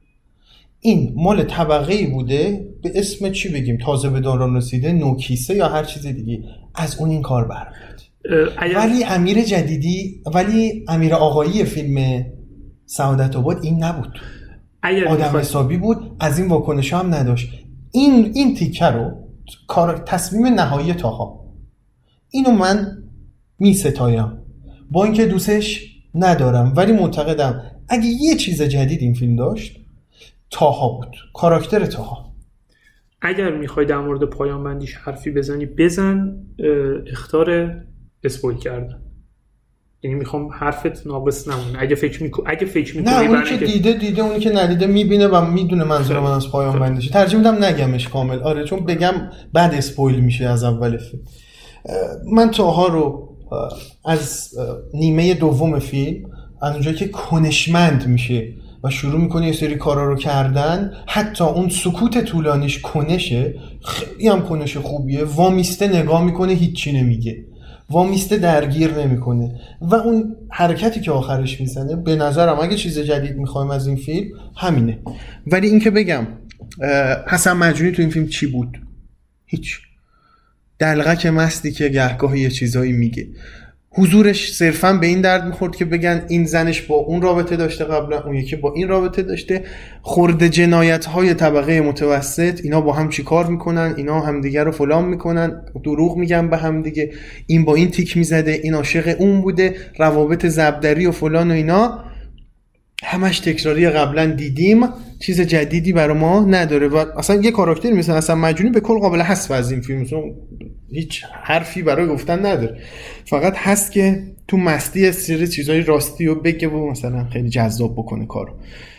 این مال طبقه‌ای بوده به اسم چی بگیم، تازه به دوران رسیده، نوکیسه یا هر چیز دیگه، از اون این کار برمیاد. ولی امیر جدیدی، ولی امیر آقایی فیلم سعادت‌آباد این نبود، آدم حسابی بود، از این واکنش هم نداشت. این تیکه رو تصمیم نهایی طاها، اینو من می ستایم با اینکه دوستش ندارم، ولی معتقدم اگه یه چیز جدید این فیلم داشت طاها بود، کاراکتر طاها. اگر میخوای در مورد پایان بندیش حرفی بزنی بزن، اخطار اسپویل کردن، یعنی میخوام حرفت ناقص نمونه. اگه فکر میکنی نه، اونی که دیده اونی که ندیده میبینه و میدونه منظور من از پایان بندیش. ترجیح میدم نگمش کامل، آره، چون بگم بعد اسپویل میشه از اول فیلم. من طاها رو از نیمه دوم فیلم، از اونجایی که کنشمند میشه و شروع میکنه یه سری کارا رو کردن، حتی اون سکوت طولانیش کنشه، خیلی هم کنش خوبیه، وامیسته نگاه میکنه هیچی نمیگه، وامیسته درگیر نمیکنه، و اون حرکتی که آخرش میزنه به نظرم اگه چیز جدید میخوایم از این فیلم همینه. ولی این که بگم حسن مجنونی تو این فیلم چی بود؟ هیچ. دلغک مستی که گهگاه یه چیزایی میگه، حضورش صرفا به این درد میخورد که بگن این زنش با اون رابطه داشته قبلا، اون یکی با این رابطه داشته، خورده جنایت‌های طبقه متوسط، اینا با هم چی کار میکنن، اینا همدیگه رو فلان میکنن، دروغ میگن به هم دیگه، این با این تیک میزده، این عاشق اون بوده، روابط زبدری و فلان و اینا، همش تکراری قبلا دیدیم، چیز جدیدی برای ما نداره. و اصلا یه کاراکتر مثل حسن مجنونی به کل قابل حذف از این فیلم، مثلا هیچ حرفی برای گفتن نداره، فقط هست که تو مستی از سری چیزای راستی رو بگه و مثلا خیلی جذاب بکنه کارو.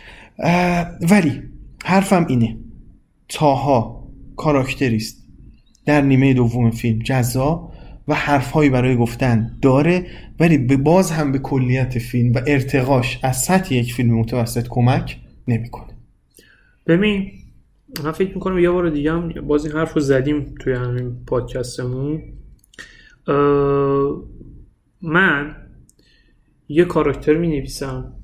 ولی حرفم اینه، طاها کاراکتریست در نیمه دوم فیلم جذاب و حرفهایی برای گفتن داره، ولی باز هم به کلیت فیلم و ارتقاش از سطح یک فیلم متوسط کمک نمیکنه. ببین من فکر میکنم یه بار دیگه هم باز این حرف رو زدیم توی همین پادکستمون. من یه کاراکتر می نویسم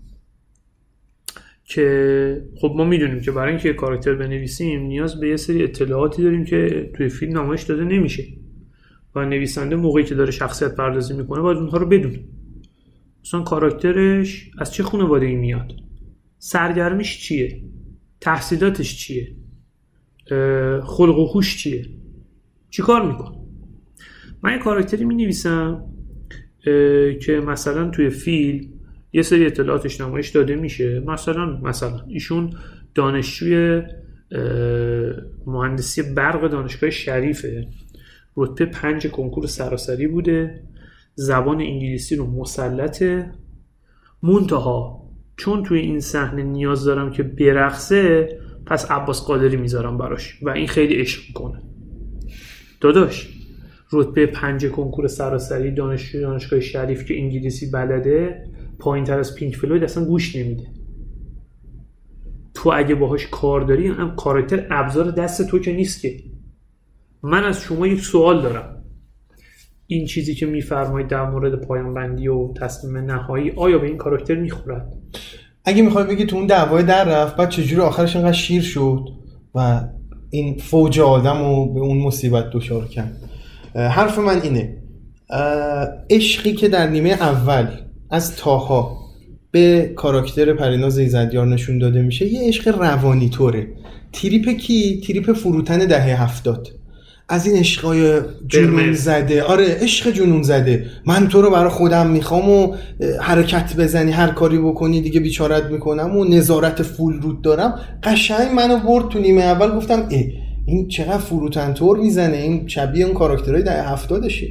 که خب ما میدونیم که برای اینکه یه کاراکتر بنویسیم نیاز به یه سری اطلاعاتی داریم که توی فیلم نمایش داده نمیشه و نویسنده موقعی که داره شخصیت پردازی میکنه باید اونها رو بدونه. مثلا کاراکترش از چه خانواده‌ای میاد، سرگرمیش چیه، تحصیلاتش چیه، خلق و خوش چیه، چی کار میکنه. من یه کاراکتری مینویسم که مثلا توی فیلم یه سری اطلاعاتش نمایش داده میشه، مثلا ایشون دانشجوی مهندسی برق دانشگاه شریفه، رتبه 5 کنکور سراسری بوده، زبان انگلیسی رو مسلطه، منتها چون توی این صحنه نیاز دارم که برقصه پس عباس قادری میذارم براش و این خیلی عشق میکنه. داداش رتبه 5 کنکور سراسری دانشجوی دانشگاه شریف که انگلیسی بلده پایین تر از پینک فلوید اصلا گوش نمیده. تو اگه باهاش کار داری هم کاراکتر ابزار دست تو که نیست که. من از شما یک سوال دارم، این چیزی که میفرمایید در مورد پایان بندی و تصمیم نهایی آیا به این کاراکتر میخورد؟ اگه میخوای بگی تو اون دعوای در رفت بعد چجوری آخرش اینقدر شیر شد و این فوج آدمو به اون مصیبت دچار کرد، حرف من اینه عشقی که در نیمه اول از طاها به کاراکتر پریناز ایزدیار نشون داده میشه یه عشق روانی طوره. تریپ کی؟ تریپ فروتن دهه 70 از این عشقای جنون زده. آره عشق جنون زده، من تو رو برای خودم میخوام و حرکت بزنی هر کاری بکنی دیگه بیچارت میکنم و نظارت فول رود دارم. قشنگ منو برد تو نیمه اول، گفتم این چقدر فروتن طور میزنه، این شبیه اون کاراکترهای دهه 70شه.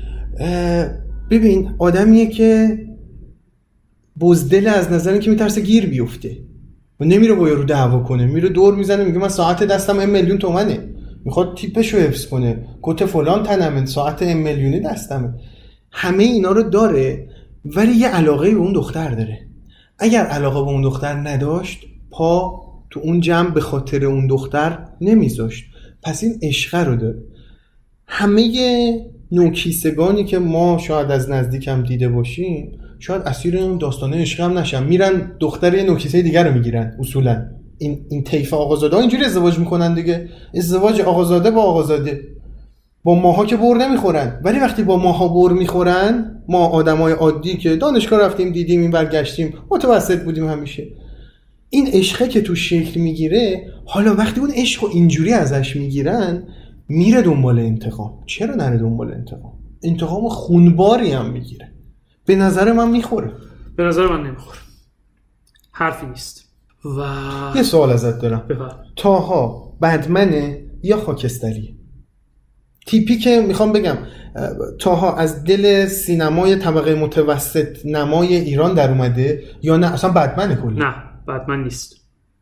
ببین آدمیه که بزدل از نظر این که میترسه گیر بیفته و نمیره با یارو دعوا کنه، میره دور میزنه میگه من ساعت دستم 1 میلیون تومنه، میخواد تیپشو حفظ کنه، کت فلان تنمه، ساعت 1 میلیونی دستمه. همه اینا رو داره ولی یه علاقه به اون دختر داره. اگر علاقه به اون دختر نداشت پا تو اون جمع به خاطر اون دختر نمیذاشت. پس این عشقه رو داره. همه نوکیسگانی که ما شاید از نزدیک هم دیده باشیم شاید اسیر اون داستانه عشق هم نشن، میرن دختر یه نوکیسه دیگر رو میگیرن. اصولا این طیف آقازاده ها اینجوری ازدواج میکنن دیگه، ازدواج آقازاده با آقازاده. با ماها که بر نمیخورن، ولی وقتی با ماها بر میخورن، ما آدمای عادی که دانشگاه رفتیم دیدیم این برگشتیم متوسط بودیم همیشه، این عشقه که تو شکل میگیره، حالا وقتی اون عشقو اینجوری ازش میگیرن میره دنبال انتقام. چرا نره دنبال انتقام؟ انتقام خونباری هم میگیره. به نظر من میخوره. به نظر من نمیخوره، حرفی نیست. و یه سوال ازت دارم، طاها بدمنه یا خاکستریه؟ تیپی که میخوام بگم طاها از دل سینمای طبقه متوسط نمای ایران در اومده یا نه اصلا بدمنه کلی؟ نه بدمن نیست.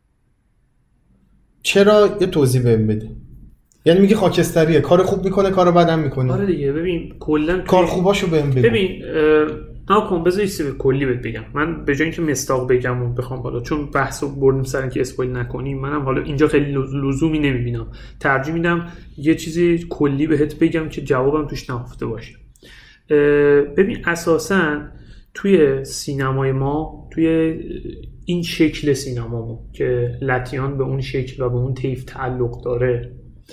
چرا؟ یه توضیح بهم بده. یعنی میگه خاکستریه، کار خوب میکنه کار بد هم میکنه؟ آره دیگه. ببین کلا کار خوباشو بهم بگو. ببین ناکن بذار یه چیزی کلی بهت بگم. من به جای اینکه مستاق بگم و بخوام بالا، چون بحثو بردیم سر اینکه اسپویل نکنیم، منم حالا اینجا خیلی لزومی نمیبینم، ترجیح میدم یه چیزی کلی بهت بگم که جوابم توش نهفته باشه. ببین اساساً توی سینمای ما، توی این شکل سینمامون که لطیان به اون شکل و به اون طیف تعلق داره،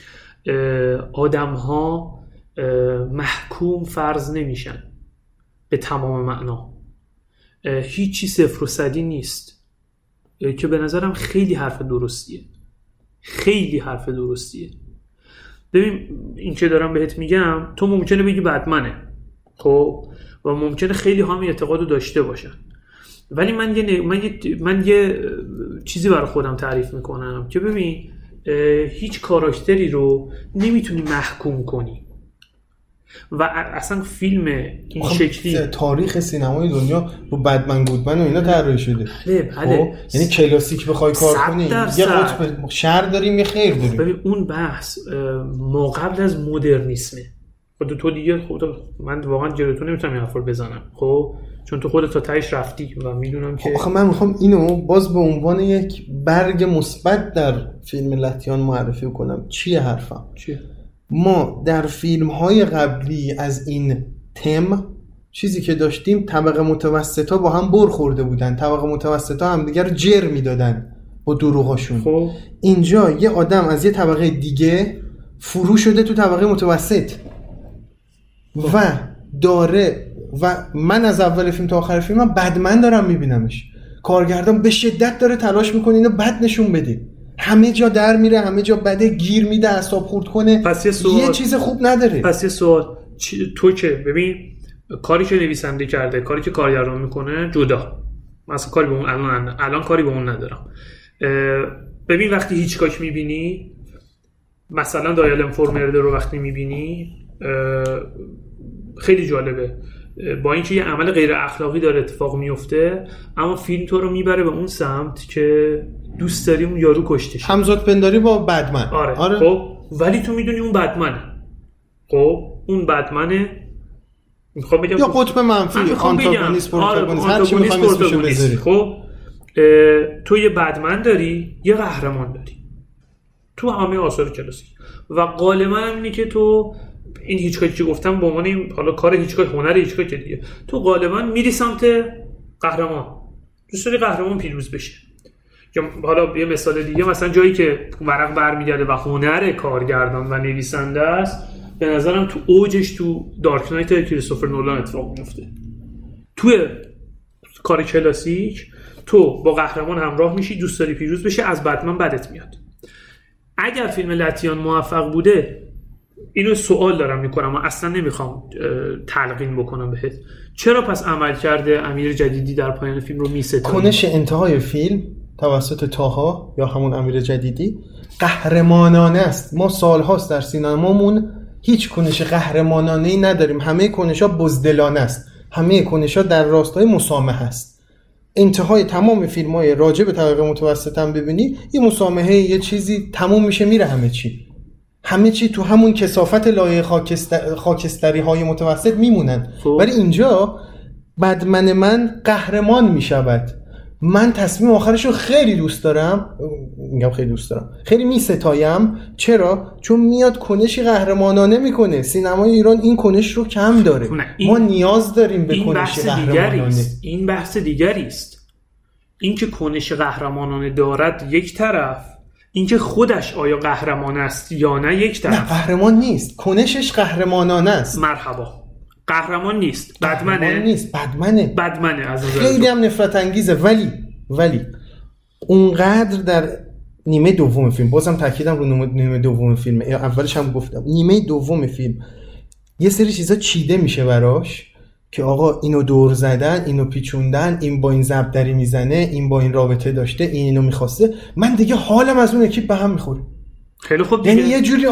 آدم‌ها محکوم فرض نمیشن به تمام معنا. هیچی صفر و صدی نیست که به نظرم خیلی حرف درستیه. خیلی حرف درستیه. ببین این که دارم بهت میگم، تو ممکنه بگی بدمنه، خب، و ممکنه خیلی هم اعتقادو داشته باشن، ولی من یه چیزی برای خودم تعریف میکنم که ببین هیچ کاراکتری رو نمیتونی محکوم کنی و اصلا فیلم این شکلی تاریخ سینمای دنیا با بدمن گودمن و اینا طراحی شده. بله. یعنی کلاسیک بخوای کار کنی یه قطب شر داریم یه خیر داریم. ببین اون بحث ما قبل از مدرنیسمه. خود تو دیگه من واقعا جلوتون نمیتونم این حرفو بزنم، خب، چون تو خودت تا تهش رفتی و میدونم که آخه من میخوام اینو باز به عنوان یک برگ مثبت در فیلم لطیان معرفی کنم. چیه حرفم؟ چیه؟ ما در فیلم‌های قبلی از این تم چیزی که داشتیم، طبقه متوسطا با هم برخورده بودن، طبقه متوسطا هم دیگر جر میدادن با دروغاشون. خب اینجا یه آدم از یه طبقه دیگه فرو شده تو طبقه متوسط و داره، و من از اول فیلم تا آخر فیلم بدمن دارم میبینمش. کارگردان به شدت داره تلاش میکنه اینو بد نشون بده، همه جا در میره، همه جا بده، گیر میده، اعصاب خورد کنه، یه چیز خوب نداره. پس یه سوال، تو که ببین کاری که نویسنده کرده، کاری که کارگردان میکنه جدا، مثلا کاری به اون الان کاری به اون ندارم. ببین وقتی هیچکاک میبینی، مثلا دایل انفورمرده رو وقتی میبینی خیلی جالبه، با اینکه یه عمل غیر اخلاقی داره اتفاق میفته، اما فیلم تو رو میبره به اون سمت که دوست داری اون یارو کشته شه، همزاد پنداری با بدمن. آره. خب ولی تو میدونی اون بدمنه. خب اون بدمنه، میخوام بگم یا قطب منفی، آنتاگونیست، پروتاگونیست، هر چی میخوام اسمشو بذاری. خب تو یه بدمن داری، یه قهرمان داری تو همه آثار کلاسیک و غالبا اینه که تو این هیچکاکی که گفتم به عنوان این حالا کار هیچکاک، هنر هیچکاک دیگه، تو غالبا میری سمت قهرمان، دوست داری قهرمان پیروز بشه. یا حالا یه مثال دیگه، مثلا جایی که ورق برمیگرده و هنر کارگردان و نویسنده است، به نظرم تو اوجش تو دارک نایت کریستوفر نولان اتفاق میفته. توی کار کلاسیک تو با قهرمان همراه میشی، دوست داری پیروز بشه، از بتمن بدت میاد. اگر فیلم لتیان موفق بوده، اینو سوال دارم میکنم و اصلا نمیخوام تلقین بکنم بهت، چرا پس عمل کرده امیر جدیدی در پایان فیلم رو میسته؟ کنش انتهای فیلم توسط طاها یا همون امیر جدیدی قهرمانانه است. ما سالهاست در سینمامون هیچ کنش قهرمانانه‌ای نداریم، همه کنش‌ها بزدلانه است، همه کنش‌ها در راستای مسامحه است. انتهای تمام فیلم‌های راجع به طبقه متوسط هم ببینی یه مسامحه، یه چیزی تموم میشه میره، همه چی تو همون کثافت لایه خاکستری های متوسط میمونن. ولی اینجا بدمن من قهرمان میشود. من تصمیم آخرش رو خیلی دوست دارم، خیلی میستایم. چرا؟ چون میاد کنشی قهرمانانه میکنه. سینمای ایران این کنش رو کم داره. ما نیاز داریم به کنش قهرمانانه. این بحث دیگری است. این که کنش قهرمانانه دارد یک طرف، این که خودش آیا قهرمان است یا نه یک طرف. نه قهرمان نیست، کنشش قهرمانانه است. مرحبا، قهرمان نیست، بدمنه از خیلی هم نفرت انگیزه. ولی اونقدر در نیمه دوم فیلم، بازم تاکیدم رو نیمه دوم فیلم، اولش هم گفتم نیمه دوم فیلم یه سری چیزا چیده میشه براش که آقا اینو دور زدن، اینو پیچوندن، این با این زبدری میزنه، این با این رابطه داشته، این اینو میخواسته. من دیگه حالم از اون اکیپ به هم میخوره. خیلی خوب دیگه. یعنی یه جوری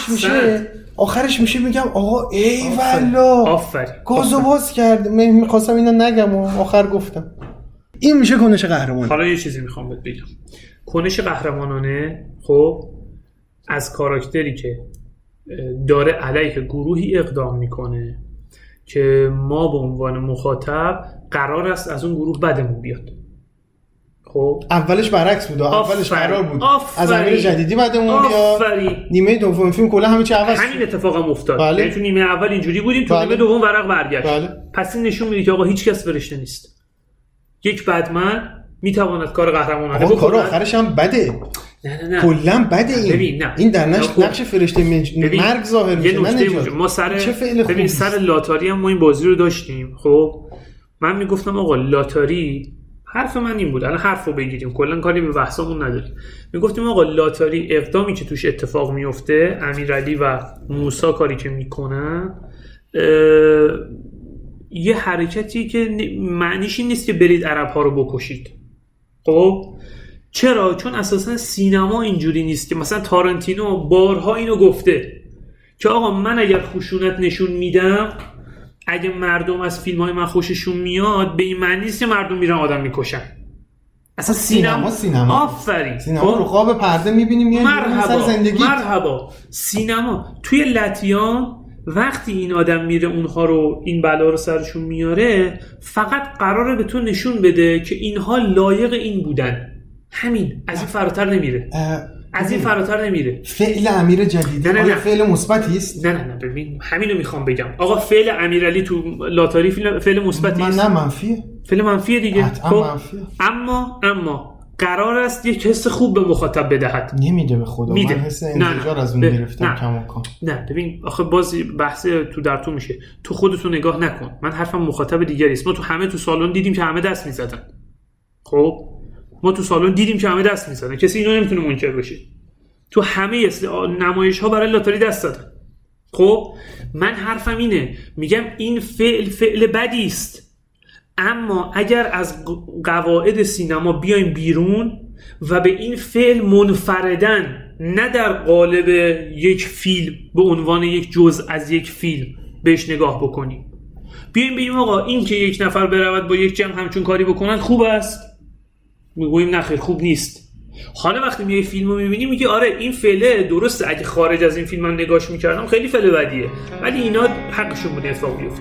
آخرش میشه میگم آقا ای والا آفرین گازو باز کرد. میخواستم اینو نگم و آخر گفتم. این میشه کنش قهرمان. حالا یه چیزی میخوام بهت بگم. کنش قهرمانانه خب از کاراکتری که داره علیه گروهی اقدام میکنه که ما به عنوان مخاطب قرار است از اون گروه بدمون بیاد. خب اولش برعکس بود، اولش قرار بود از امیر جدیدی بدمون بیاد. نیمه دوم فیلم کلا همه چی عوض شد. همین اتفاق هم افتاد. بله. یعنی تو نیمه اول اینجوری بودیم، تو نیمه دوم ورق برگشت. بله. پس این نشون میده که آقا هیچ کس فرشته نیست. یک بدمن میتواند کار قهرمانانه بکنه. کار آخرش هم بده. نه کلا بده. این در نقش فرشته مرگ ظاهر میشه. ما سر لاتاری هم ما این بازی رو داشتیم. خب من میگفتم آقا لاتاری، حرف من این بود، الان حرفو بگیریم، کلا کاری به بحثمون نداریم. میگفتیم آقا لاتاری اقدامی که توش اتفاق میفته، امیرعلی و موسی کاری که میکنن، یه حرکتی که معنیش این نیست که برید عرب ها رو بکشید. خب چرا؟ چون اساسا سینما اینجوری نیست که مثلا تارانتینو بارها اینو گفته که آقا من اگر خشونت نشون میدم، اگه مردم از فیلم‌های من خوششون میاد، به این معنی نیست که مردم میرن آدم میکشن. اصلا سینما آفرین، سینما رو خواب پرده میبینیم یه مثلا زندگی. مرحبا. سینما توی لتیان وقتی این آدم میره اونها رو، این بلا رو سرشون میاره، فقط قراره به تو نشون بده که اینها لایق این بودن. همین، از این فراتر نمیره. فعل امیر جدیدی آیا فعل مثبتی است؟ نه ببین همینو میخوام بگم. آقا فعل امیرعلی تو لاتاری فعل مثبتی است؟ نه منفیه. فعل منفیه دیگه. منفیه. اما قرار است یک حس خوب به مخاطب بدهد. نمیده به خدا. من حس انفجار از اون گرفتم کماکان. نه ببین آخه باز بحث تو میشه. تو خودتو نگاه نکن. من حرفم مخاطب دیگری است. ما تو سالن دیدیم که همه دست میزدن. خب کسی اینو نمیتونه منکر بشه. تو همه نمایش ها برای لاتاری دست دادن. خب من حرفم اینه، میگم این فعل بدی است، اما اگر از قواعد سینما بیایم بیرون و به این فعل منفردن، نه در قالب یک فیلم به عنوان یک جزء از یک فیلم بهش نگاه بکنیم، بیایم بگیم آقا این که یک نفر برود با یک جمع همچون کاری بکنن خوب است، میگوییم نه خیر خوب نیست. حالا وقتی میای فیلمو میبینی میگی آره این فعله درسته، اگه خارج از این فیلم من نگاش میکردم خیلی فعل بدیه، ولی اینا حقشون بوده اتفاق بیفته.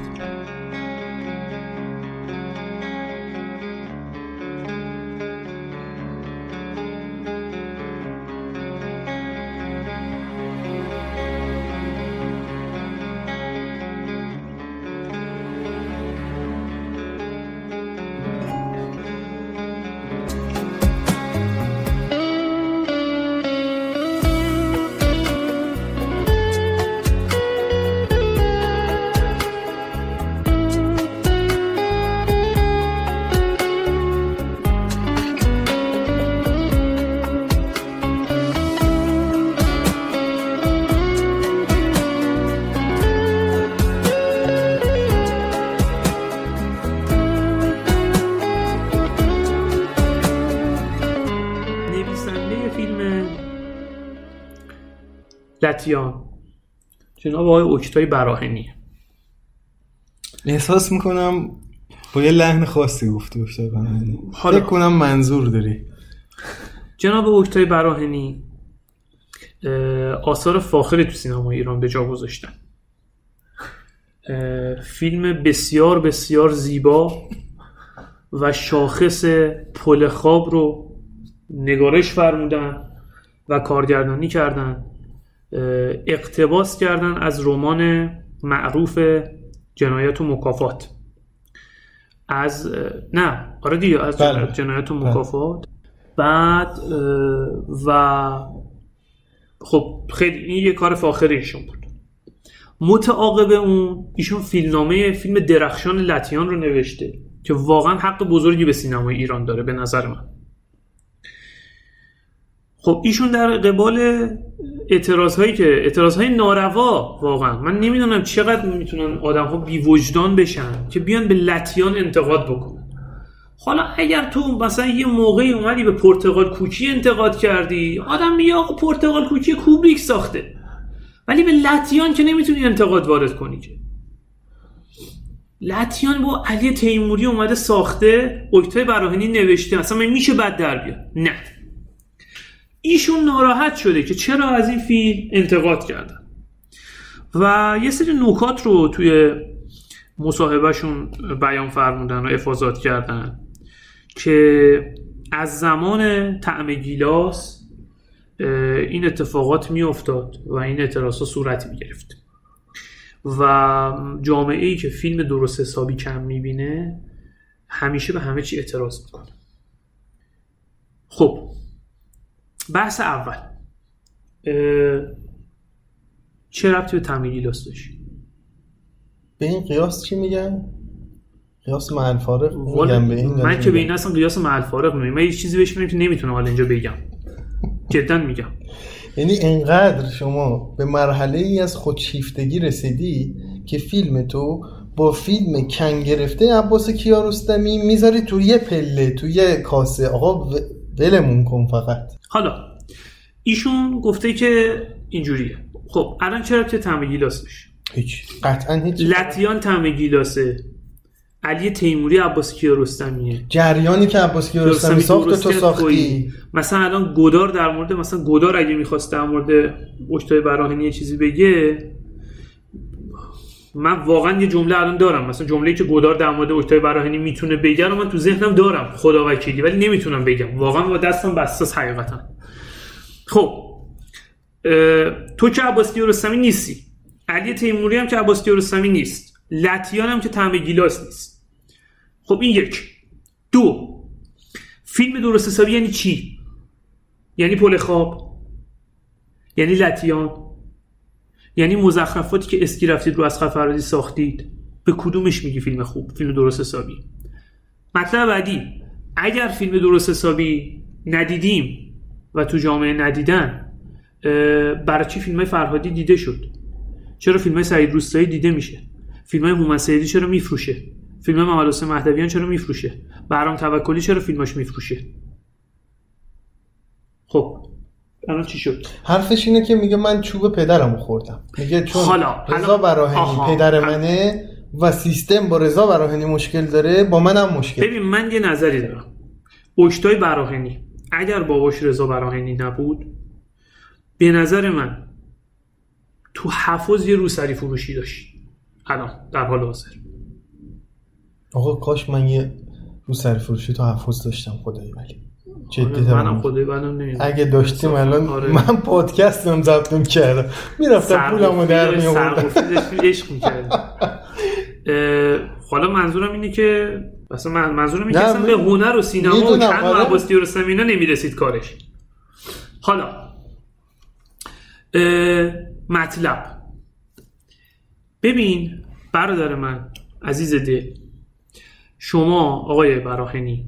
لتیان جناب آقای اوکتای براهنی. احساس میکنم با یه لحن خاصی گفتی اوکتای براهنی. فکر کنم منظور داری. جناب اوکتای براهنی آثار فاخری تو سینما ایران به جا گذاشتن. فیلم بسیار بسیار زیبا و شاخص پل خواب رو نگارش فرمودن و کارگردانی کردن، اقتباس کردن از رمان معروف جنایت و مکافات از جنایت و مکافات. بعد و خب خیلی این یه کار فاخری ایشون بود. متعاقب اون ایشون فیلم درخشان لتیان رو نوشته که واقعا حق بزرگی به سینمای ایران داره به نظر من. خب ایشون در قبال اعتراضهای ناروا، واقعا من نمیدونم چقدر میتونن آدم‌ها بی وجدان بشن که بیان به لتیان انتقاد بکنن. حالا اگر تو مثلا یه موقعی اومدی به پرتغال کوکی انتقاد کردی، آدم میگه آقا پرتغال کوکی کوبریک ساخته، ولی به لتیان که نمیتونی انتقاد وارد کنی که. لتیان با علی تیموری اومده ساخته، اوکتای براهنی نوشته، اصلا میشه بد در بیاد. نه، ایشون ناراحت شده که چرا از این فیلم انتقاد کردن و یه سری نکات رو توی مصاحبهشون بیان فرمودن و افاضات کردن که از زمان طعم گیلاس این اتفاقات می افتاد و این اعتراضات صورت می گرفت و جامعه‌ای که فیلم درست حسابی کم می بینه همیشه به همه چی اعتراض میکنه. خب بحث اول چه ربطی به طعم گیلاس داشت؟ به این قیاس چی میگن؟ قیاس مع الفارق میگن به این. من که به این اصلا قیاس مع الفارق نمیگم. من یه چیزی بهش میگم که نمیتونم حالا اینجا بگم. جدا میگم. یعنی اینقدر شما به مرحله ای از خودشیفتگی رسیدی که فیلم تو با فیلم کن گرفته عباس کیارستمی میذاری تو یه پله، تو یه کاسه. آقا ولمون کن فقط. حالا ایشون گفته که اینجوریه. خب الان چرا که طعم گیلاس داشت؟ هیچ، قطعا هیچ. لتیان طعم گیلاسه، علی تیموری عباس کیارستمیه، جریانی که عباس کیارستمی ساخت تو ساختی. مثلا الان گودار در مورد مثلا گودار اگه می‌خواست در مورد اوکتای براهنی یه چیزی بگه، من واقعا یه جمله الان دارم، مثلا جمله‌ای که گودار در مورد اوکتای براهنی میتونه بگه رو من تو ذهنم دارم خدا وکیلی، ولی نمیتونم بگم، واقعا با دستم بساس حقیقتا. خب تو که عباس کیارستمی نیستی، علی تیموری هم که عباس کیارستمی نیست، لتیان هم که طعم گیلاس نیست. خب این یک. دو، فیلم درست حسابی یعنی چی؟ یعنی پل خواب؟ یعنی لتیان؟ یعنی مزخرفاتی که اسکی رفتید رو اصغر فرهادی ساختید؟ به کدومش میگی فیلم خوب، فیلم درست حسابی؟ مطلب بعدی، اگر فیلم درست حسابی ندیدیم و تو جامعه ندیدن، برای چی فیلم‌های فرهادی دیده شد؟ چرا فیلم‌های سعید روستایی دیده میشه؟ فیلم‌های هومن سیدی چرا میفروشه؟ فیلم‌های محمد حسین مهدویان چرا میفروشه؟ بهرام توکلی چرا فیلماش میفروشه؟ خب الان چی شد؟ حرفش اینه که میگه من چوب پدرمو خوردم. میگه چون رضا براهنی پدر منه و سیستم با رضا براهنی مشکل داره، با منم مشکل. ببین من یه نظری دارم. اوکتای براهنی اگر باباش رضا براهنی نبود، به نظر من تو حفظ یه روسری فروشی داشت الان در حال حاضر. آقا کاش من یه روسری فروشی تو حفظ داشتم خدایی، ولی جدی منم خدایی بعدم نمیدونم اگه داشتیم الان من پادکستم ضبط می‌کردم، میرفتم پولمو در میآوردم، سرگفتیش عشق می‌کردم. حالا منظورم اینه که مثلا منظورم اینه که اصلا به هنر و سینما و کن و عباس کیارستمی اینا نمیرسید کارش. حالا مطلب، ببین برادر من عزیز دل، شما آقای براهنی،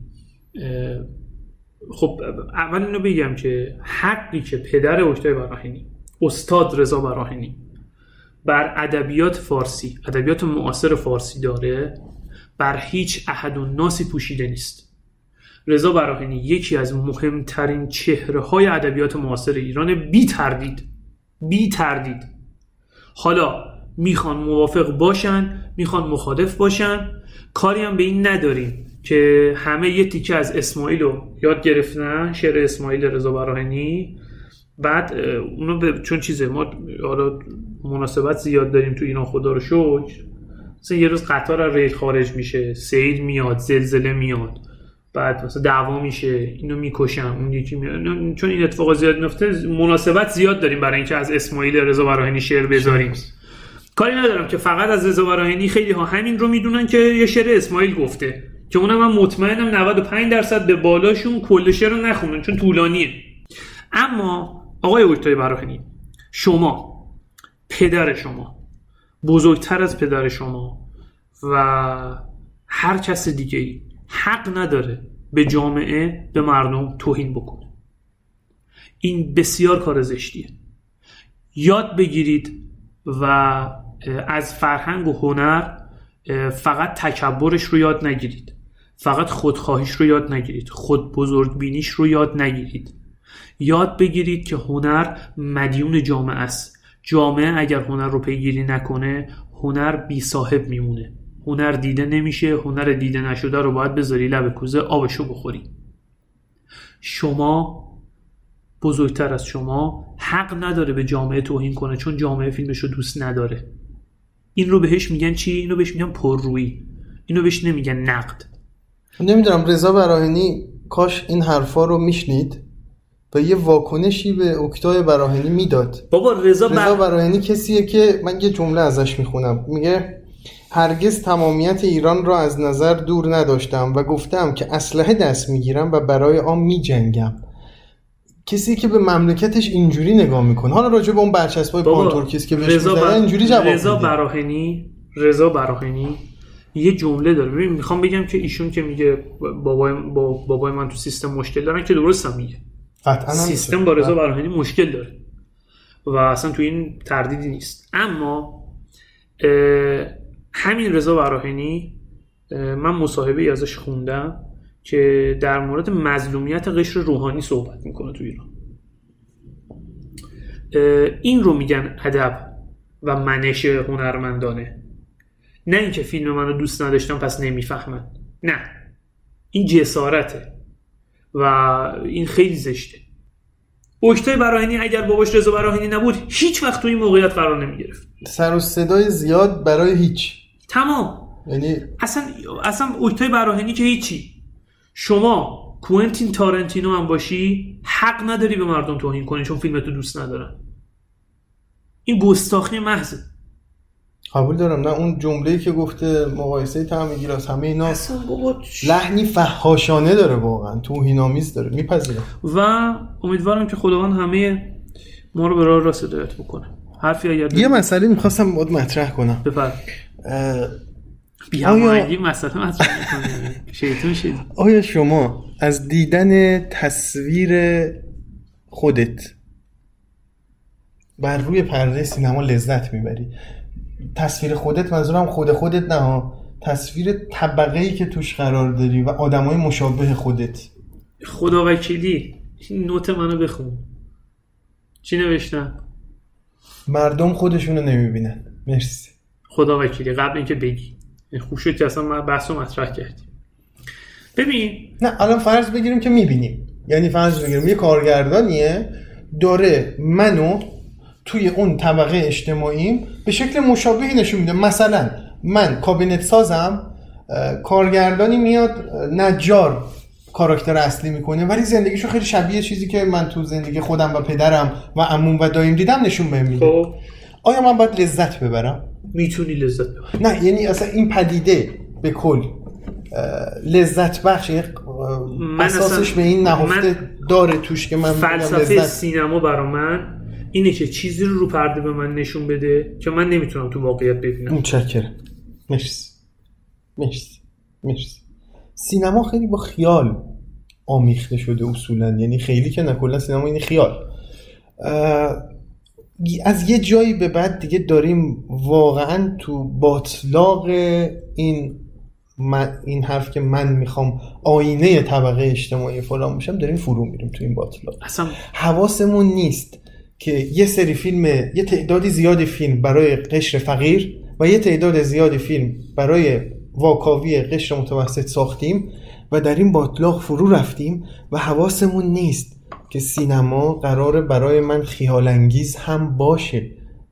خب اول اینو بگم که حقی که پدر اوکتای براهنی استاد رضا براهنی بر ادبیات فارسی، ادبیات معاصر فارسی داره، بر هیچ احد و ناسی پوشیده نیست. رضا براهنی یکی از مهمترین چهره‌های ادبیات معاصر ایران، بی تردید. بی تردید. حالا میخوان موافق باشن، میخوان مخالف باشن، کاری هم به این نداریم که همه یه تیکه از اسماعیل رو یاد گرفتن، شعر اسماعیل رضا براهنی، بعد اونو چون چیزه ما حالا مناسبت زیاد داریم تو ایران خدا رو شکر، مثلا یه روز قطار از ریل خارج میشه، سیل میاد، زلزله میاد، بعد مثلا دعوا میشه، اینو میکشن، اون یکی میاد، چون این اتفاقا زیاد میفته مناسبت زیاد داریم برای اینکه از اسماعیل رضا براهنی شعر بذاریم. کاری ندارم که فقط از رضا براهنی خیلی ها همین رو میدونن که یه شعر اسماعیل گفته، که اونم من مطمئنم 95% به بالاشون کل شعر رو نخونن چون طولانیه. اما آقای اوکتای براهنی، شما، پدر شما، بزرگتر از پدر شما و هر کس دیگه‌ای حق نداره به جامعه، به مردم توهین بکنه. این بسیار کار زشتیه. یاد بگیرید و از فرهنگ و هنر فقط تکبرش رو یاد نگیرید، فقط خودخواهیش رو یاد نگیرید، خود بزرگ بینیش رو یاد نگیرید. یاد بگیرید که هنر مدیون جامعه است. جامعه اگر هنر رو پیگیری نکنه، هنر بی صاحب میمونه. هنر دیده نمیشه، هنر دیده نشده رو باید بذاری لب کوزه آبشو بخوری. شما، بزرگتر از شما، حق نداره به جامعه توهین کنه چون جامعه فیلمشو دوست نداره. این رو بهش میگن چی؟ اینو بهش میگن پررویی. اینو بهش نمیگن نقد. نمیدونم رضا براهنی کاش این حرفا رو میشنید و یه واکنشی به اوکتای براهنی میداد. بابا رضا براهنی کسیه که من یه جمله ازش میخونم، میگه هرگز تمامیت ایران را از نظر دور نداشتم و گفتم که اسلحه دست میگیرم و برای آن میجنگم. کسی که به مملکتش اینجوری نگاه میکنه، حالا راجع به اون برچسبای پانتورکیست که بهش میذاره اینجوری جواب میده. رضا براهنی یه جمله داره، ببین میخوام بگم که ایشون که میگه بابای من تو سیستم مشکل دارن که درست هم میگه، سیستم با رضا براهنی مشکل داره و اصلا تو این تردیدی نیست. اما همین رضا براهنی، من مصاحبه‌ای ازش خوندم که در مورد مظلومیت قشر روحانی صحبت میکنه تو ایران. این رو میگن ادب و منش هنرمندانه، نه اینکه فیلم منو دوست نداشتم پس نمیفهمن. نه، این جسارته و این خیلی زشته. اوکتای براهنی اگر باباش رضا براهنی نبود هیچ وقت تو این موقعیت قرار نمیگرفت. سر و صدای زیاد برای هیچ، تمام. یعنی اصلا اوکتای براهنی که هیچی. شما کوئنتین تارنتینو هم باشی حق نداری به مردم توهین کنی چون فیلمتو دوست ندارن. این گستاخی محضه. قبول دارم، نه اون جمله‌ای که گفته مقایسه طعم گیلاس همه اینا لحنی فحاشانه داره، واقعا توهین‌آمیز داره، میپذیرم و امیدوارم که خداوند همه ما رو به راه راست هدایت بکنه. حرفی اگر یه مسئله می‌خواستم باهات مطرح کنم. بیامرگی مسئله مطرح می‌کنه. شیطون شد. آیا شما از دیدن تصویر خودت بر روی پرده سینما لذت میبری؟ تصویر خودت، منظورم خودت نه، تصویر طبقه‌ای که توش قرار داری و آدمای مشابه خودت. خدا وکیلی این نوت منو بخون. چی نوشتم؟ مردم خودشونو نمیبینن. مرسی. خدا وکیلی قبل اینکه بگی خوب شد که اصلا بحثو مطرح کردی. ببین، نه الان فرض بگیریم که میبینیم، یعنی فرض بگیریم یه کارگردانیه داره منو توی اون طبقه اجتماعیم به شکل مشابهی نشون میده. مثلا من کابینت سازم، کارگردانی میاد نجار کاراکتر اصلی میکنه ولی زندگیشو خیلی شبیه چیزی که من تو زندگی خودم و پدرم و عموم و دایم دیدم نشون بهم میده. خب آیا من باید لذت ببرم؟ میتونی لذت ببری. نه، یعنی اصلا این پدیده به کل لذت بخش، اساسش به این نهفته داره توش که من فلسفه سینما برای من اینه که چیزی رو پرده به من نشون بده که من نمیتونم تو واقعیت ببینم. متشکرم. مرسی. سینما خیلی با خیال آمیخته شده اصولا، یعنی خیلی که نه، کلا سینما این خیال. از یه جایی به بعد دیگه داریم واقعا تو باطلاق این حرف که من میخوام آینه طبقه اجتماعی فلان باشم، داریم فرو میریم تو این باطلاق. اصلا حواسمون نیست که یه سری فیلم، یه تعدادی زیادی فیلم برای قشر فقیر و یه تعداد زیادی فیلم برای واکاوی قشر متوسط ساختیم و در این باطلاق فرو رفتیم و حواسمون نیست که سینما قراره برای من خیال انگیز هم باشه.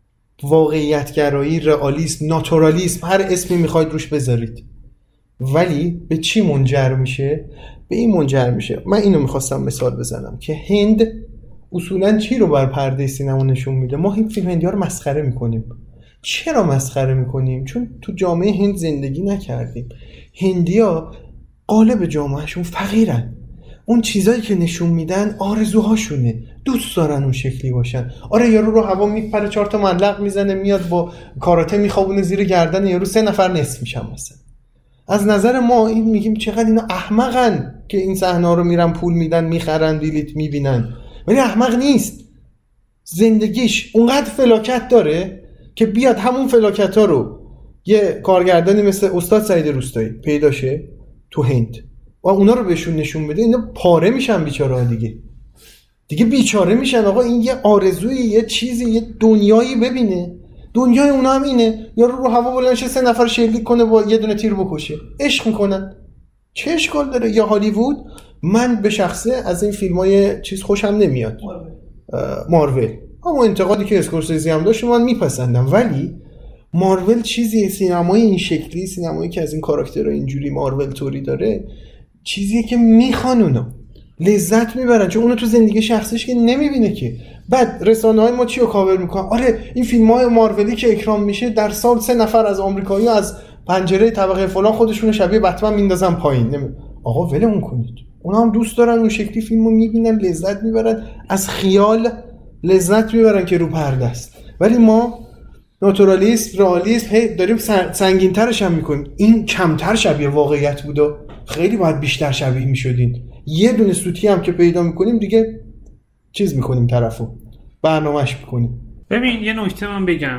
واقعیتگرایی، رئالیسم، ناتورالیسم، هر اسمی میخواید روش بذارید. ولی به چی منجر میشه؟ به این منجر میشه، من اینو میخواستم مثال بزنم که هند اصولاً چی رو بر پرده سینما نشون میده؟ ما این فیلم هندی ها رو مسخره میکنیم. چرا مسخره میکنیم؟ چون تو جامعه هند زندگی نکردیم. هندی ها قالب جامعهشون فقیرن. اون چیزایی که نشون میدن آرزوهاشونه، دوست دارن اون شکلی باشن. آره یارو رو هوا میپره 4 تا ملق میزنه میاد با کاراته میخوابونه زیر گردن یارو 3 نفر نصف میشن مثلا. از نظر ما این میگیم چقدر اینا احمقن که این صحنه رو میرن پول میدن میخرن بلیت میبینن، ولی احمق نیست. زندگیش اونقدر فلاکت داره که بیاد همون فلاکت ها رو یه کارگردانی مثل استاد سعید روستایی پیدا شه تو هند و اونا رو بهشون نشون بده، اینا پاره میشن بیچاره ها دیگه بیچاره میشن. آقا این یه آرزوی، یه چیزی، یه دنیایی ببینه. دنیای اونا هم اینه، یارو رو هوا بلند شه 3 نفر شلیک کنه با یه دونه تیر بکشه. عشق میکنن. چه اشکال داره؟ یا هالیوود. من به شخصه از این فیلمای چیز خوشم نمیاد، مارول. اما انتقادی که اسکورسیزی هم داشت من میپسندم، ولی مارول چیزی، سینمای این شکلی، سینمایی که از این کاراکترها اینجوری مارول توری داره، چیزیه که میخوان اونا لذت میبرن، چون اونو تو زندگی شخصیش که نمیبینه که. بعد رسانه‌های ما چی رو کاور میکنن؟ آره این فیلم‌های مارولی که اکرام میشه در سال 3 نفر از آمریکایی‌ها از پنجره طبقه فلان خودشونو شبیه بتمن میندازن پایین. آقا ولمون کنید. اونا هم دوست دارن اون شکلی فیلمو میبینن، لذت میبرن، از خیال لذت میبرن که رو پرده است. ولی ما ناتورالیسم، رئالیسم هی داریم سنگین‌ترش هم میکنیم. این کمتر شبیه واقعیت بود و خیلی باید بیشتر شبیه میشدین. یه دونه سوتی هم که پیدا میکنیم دیگه چیز میکنیم، طرفو برنامه‌اش میکنیم. ببین یه نکته من بگم،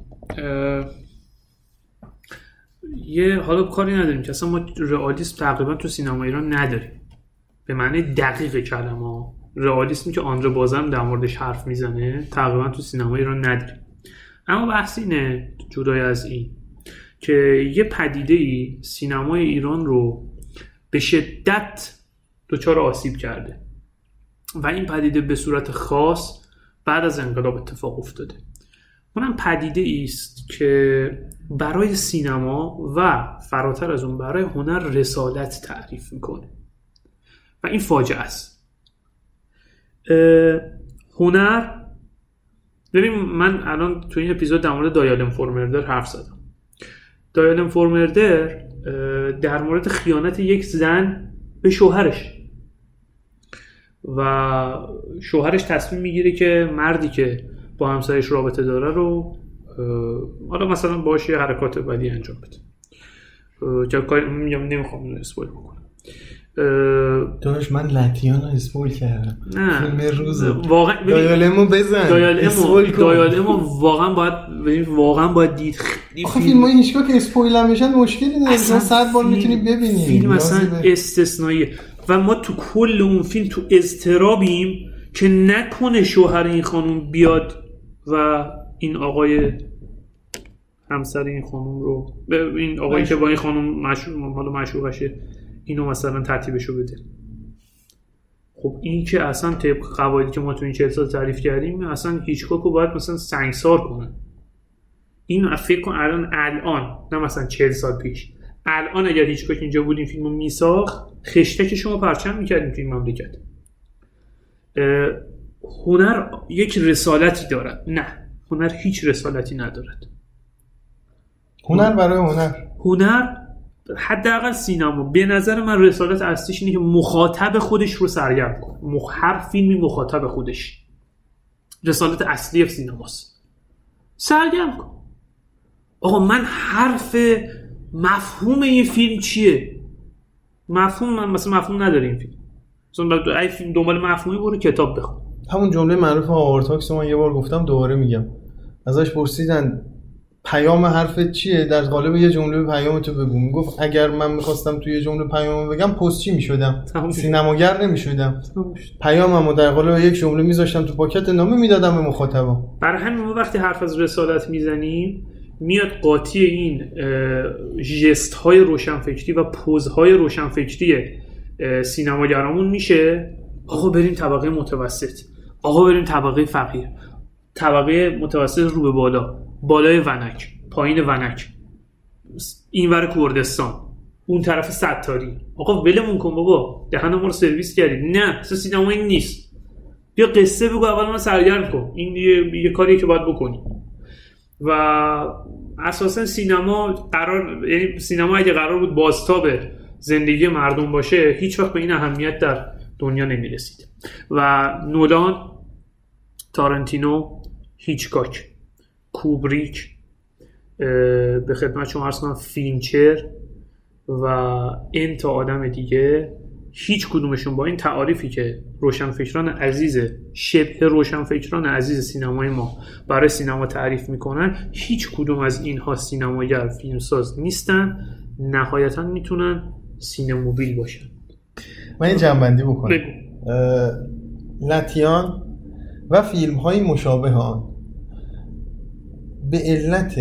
یه حالا کاری نداریم که اصلا ما رئالیسم تقریبا تو سینما ایران نداریم به معنی دقیق کلمه. رئالیسمی که آندره بازم در موردش حرف میزنه تقریبا تو سینما ایران نداریم. اما بحث اینه جدای از این که یه پدیده‌ای سینمای ایران رو به شدت دچار آسیب کرده و این پدیده به صورت خاص بعد از انقلاب اتفاق افتاده. اونم پدیده است که برای سینما و فراتر از اون برای هنر رسالت تعریف میکنه و این فاجعه است. هنر، ببین من الان تو این اپیزود در مورد دایال انفورمردر حرف زدم. دایال انفورمردر در مورد خیانت یک زن به شوهرش و شوهرش تصمیم میگیره که مردی که با همسرش رابطه داره رو حالا مثلا باهاش یه حرکات بدی انجام بده. چه کاری نمیخوام اینو اسپویل بکنم. داداش من لاتیانو اسپویل کردم. نه فیلم روز واقعا دایالمو بزن. دایالمو واقعا باید دید. آخه فیلمای هیچکا که اسپویل نمیشن مشکلی نداره. 100 بار میتونی ببینی. فیلم اصلا استثنائیه و ما تو کل اون فیلم تو اضطرابیم که نکنه شوهر این خانم بیاد و این آقای همسر این خانم رو، این آقایی که با این خانم مشهورشه اینو مثلا ترتیبشو بده. خب این که اصلا طبق قواعدی که ما تو این 40 سال تعریف کردیم اصلا هیچکاک رو باید مثلا سنگسار کنن. این فکر کن الان نه مثلا 40 سال پیش، الان اگر هیچکاک اینجا بود این فیلمو میساخت خشتک شما پرچم میکردیم تو این مملکت. هنر یک رسالتی دارد؟ نه، هنر هیچ رسالتی ندارد. هنر برای هنر حداقل سینما به نظر من رسالت اصلیش اینه که مخاطب خودش رو سرگرم کنه. هر فیلمی مخاطب خودش، رسالت اصلی سینماست. سرگرم کن. آقا من حرف مفهوم این فیلم چیه؟ مفهوم من مثلا مفهوم نداره این فیلم. مثلا اگه فیلم دنبال مفهومی برو کتاب بخون. همون جمله معروف آرتاکس من یه بار گفتم دوباره میگم. ازش پرسیدن پیام حرفت چیه، در قالب یه جمله پیامتو بگو. میگفت اگر من میخواستم توی یه جمله پیامو بگم پستچی میشدم، سینماگر نمیشدم. پیاممو در قالب یک جمله میذاشتم تو پاکت نامه میدادم به مخاطبا. برای همین ما وقتی حرف از رسالت میزنیم میاد قاطی این ژست های روشنفکری و پوزهای روشنفکری سینماگرامون میشه. آقا بریم طبقه متوسط، آقا بریم طبقه فقیر، طبقه متوسط رو به بالا، بالای ونک، پایین ونک، اینور کردستان، اون طرف ستاری. آقا ولمون کن بابا، دهن ما رو سرویس کردی. نه اصلا سینما این نیست. بیا قصه بگو، اول من سرگرم کن. این یه کاریه که باید بکنی. و اساسا سینما اگه قرار بود بازتاب زندگی مردم باشه هیچ وقت به این اهمیت در دنیا نمیرسید. و نولان، تارنتینو، هیچکاک، کوبریک، به خدمت شما عرض کنم فینچر و این تا آدم دیگه، هیچ کدومشون با این تعاریفی که روشنفکران عزیز، شبه روشنفکران عزیز سینمای ما برای سینما تعریف میکنن، هیچ کدوم از اینها سینماگر، فیلمساز نیستن. نهایتا میتونن سینموبیل باشن. من این جنبندی بکنم. لطیان و فیلم های مشابه آن به علت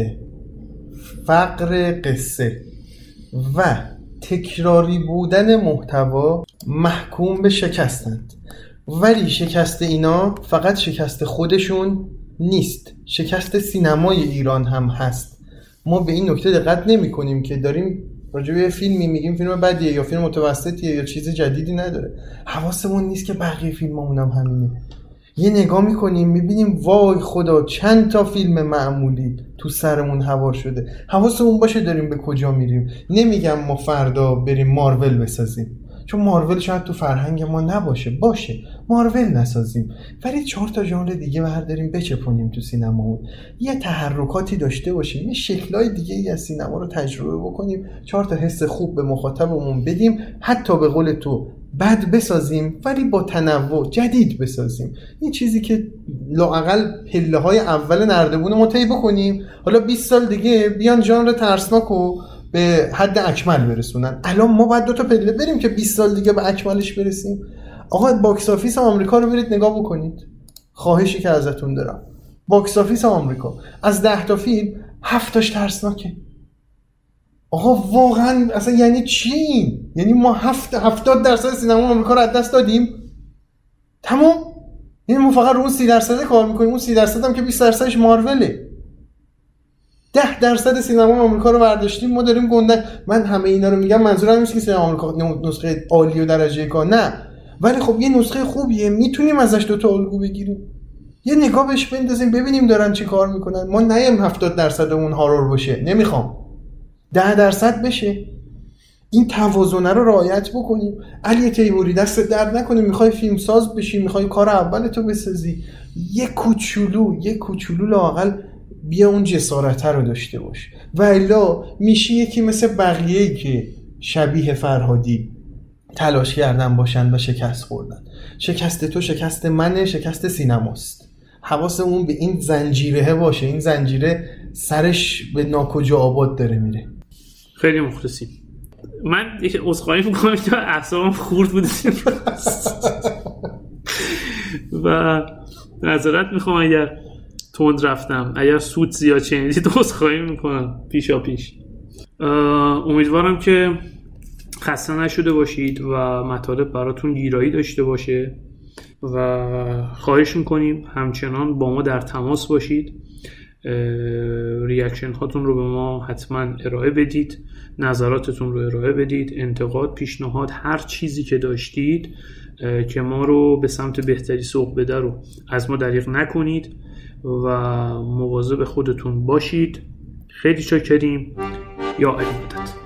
فقر قصه و تکراری بودن محتوا محکوم به شکستند، ولی شکست اینا فقط شکست خودشون نیست، شکست سینمای ایران هم هست. ما به این نکته دقت نمی کنیم که داریم راجع به فیلمی میگیم فیلم بدیه یا فیلم متوسطیه یا چیز جدیدی نداره. حواسمون نیست که بقیه فیلمامون هم همینه. یه نگاه میکنیم میبینیم وای خدا چند تا فیلم معمولی تو سرمون هوار شده. حواسمون باشه داریم به کجا میریم. نمیگم ما فردا بریم مارول بسازیم، چون مارول شاید تو فرهنگ ما نباشه، باشه مارول نسازیم، ولی 4 تا ژانر دیگه برداریم بچپونیم تو سینمامون، یه تحرکاتی داشته باشیم، یه شکل‌های دیگه ای از سینما رو تجربه بکنیم، 4 تا حس خوب به مخاطبمون بدیم، حتی به قول تو بد بسازیم ولی با تنوع جدید بسازیم. این چیزی که لااقل پله‌های اول نردبون رو طی بکنیم، حالا 20 سال دیگه بیان ژانر ترسناکو به حد اکمل برسونن. الان ما باید 2 تا پله بریم که 20 سال دیگه به اکملش برسیم. آقا باکس آفیس آمریکا رو برید نگاه بکنید. خواهشی که ازتون دارم، باکس آفیس آمریکا از 10 تا فیلم 7 تاش ترسناکه. آقا واقعا اصلا یعنی چی این؟ یعنی ما 70% سینما آمریکا رو از دست دادیم؟ تمام. یعنی ما فقط رو اون 30% کار میکنیم، اون 30% هم که 20%ش ماروله. 10% سینما آمریکا رو برداشتیم، ما داریم گنده. من همه اینا رو میگم منظورم نیست که سینما آمریکا نسخه عالی و درجه کا، نه، ولی خب یه نسخه خوبیه، میتونیم ازش 2 تا الگو بگیریم، یه نگاه بهش بندازیم ببینیم دارن چی کار میکنن. ما نیم 70% اون هارور باشه، نمیخوام 10% بشه. این توازن رو رعایت بکنیم. علی تیموری دست درد نکنه، میخوای فیلم ساز بشی، میخوای کار اولتو بسازی، یه کوچولو لااقل بیا اون جسارت رو داشته باش، و الا میشی یکی مثل بقیه‌ای که شبیه فرهادی تلاش کردن باشن و شکست خوردن. شکست تو شکست منه، شکست سینماست. حواسمون به این زنجیره باشه، این زنجیره سرش به ناکجا آباد داره میره. خیلی مخلصیم. من یک عذرخواهی میکنم که اعصابم خورد بود و معذرت میخوام اگر تند رفتم، اگر سوت زیاد شنیدید عذرخواهی میکنم پیشا پیش. امیدوارم که خسته نشده باشید و مطالب براتون گیرایی داشته باشه و خواهش میکنیم همچنان با ما در تماس باشید. ریاکشن هاتون رو به ما حتما ارائه بدید، نظراتتون رو ارائه بدید، انتقاد، پیشنهاد، هر چیزی که داشتید که ما رو به سمت بهتری سوق بده رو از ما دریغ نکنید و مواظب خودتون باشید. خیلی شاکریم. یا علی مدد.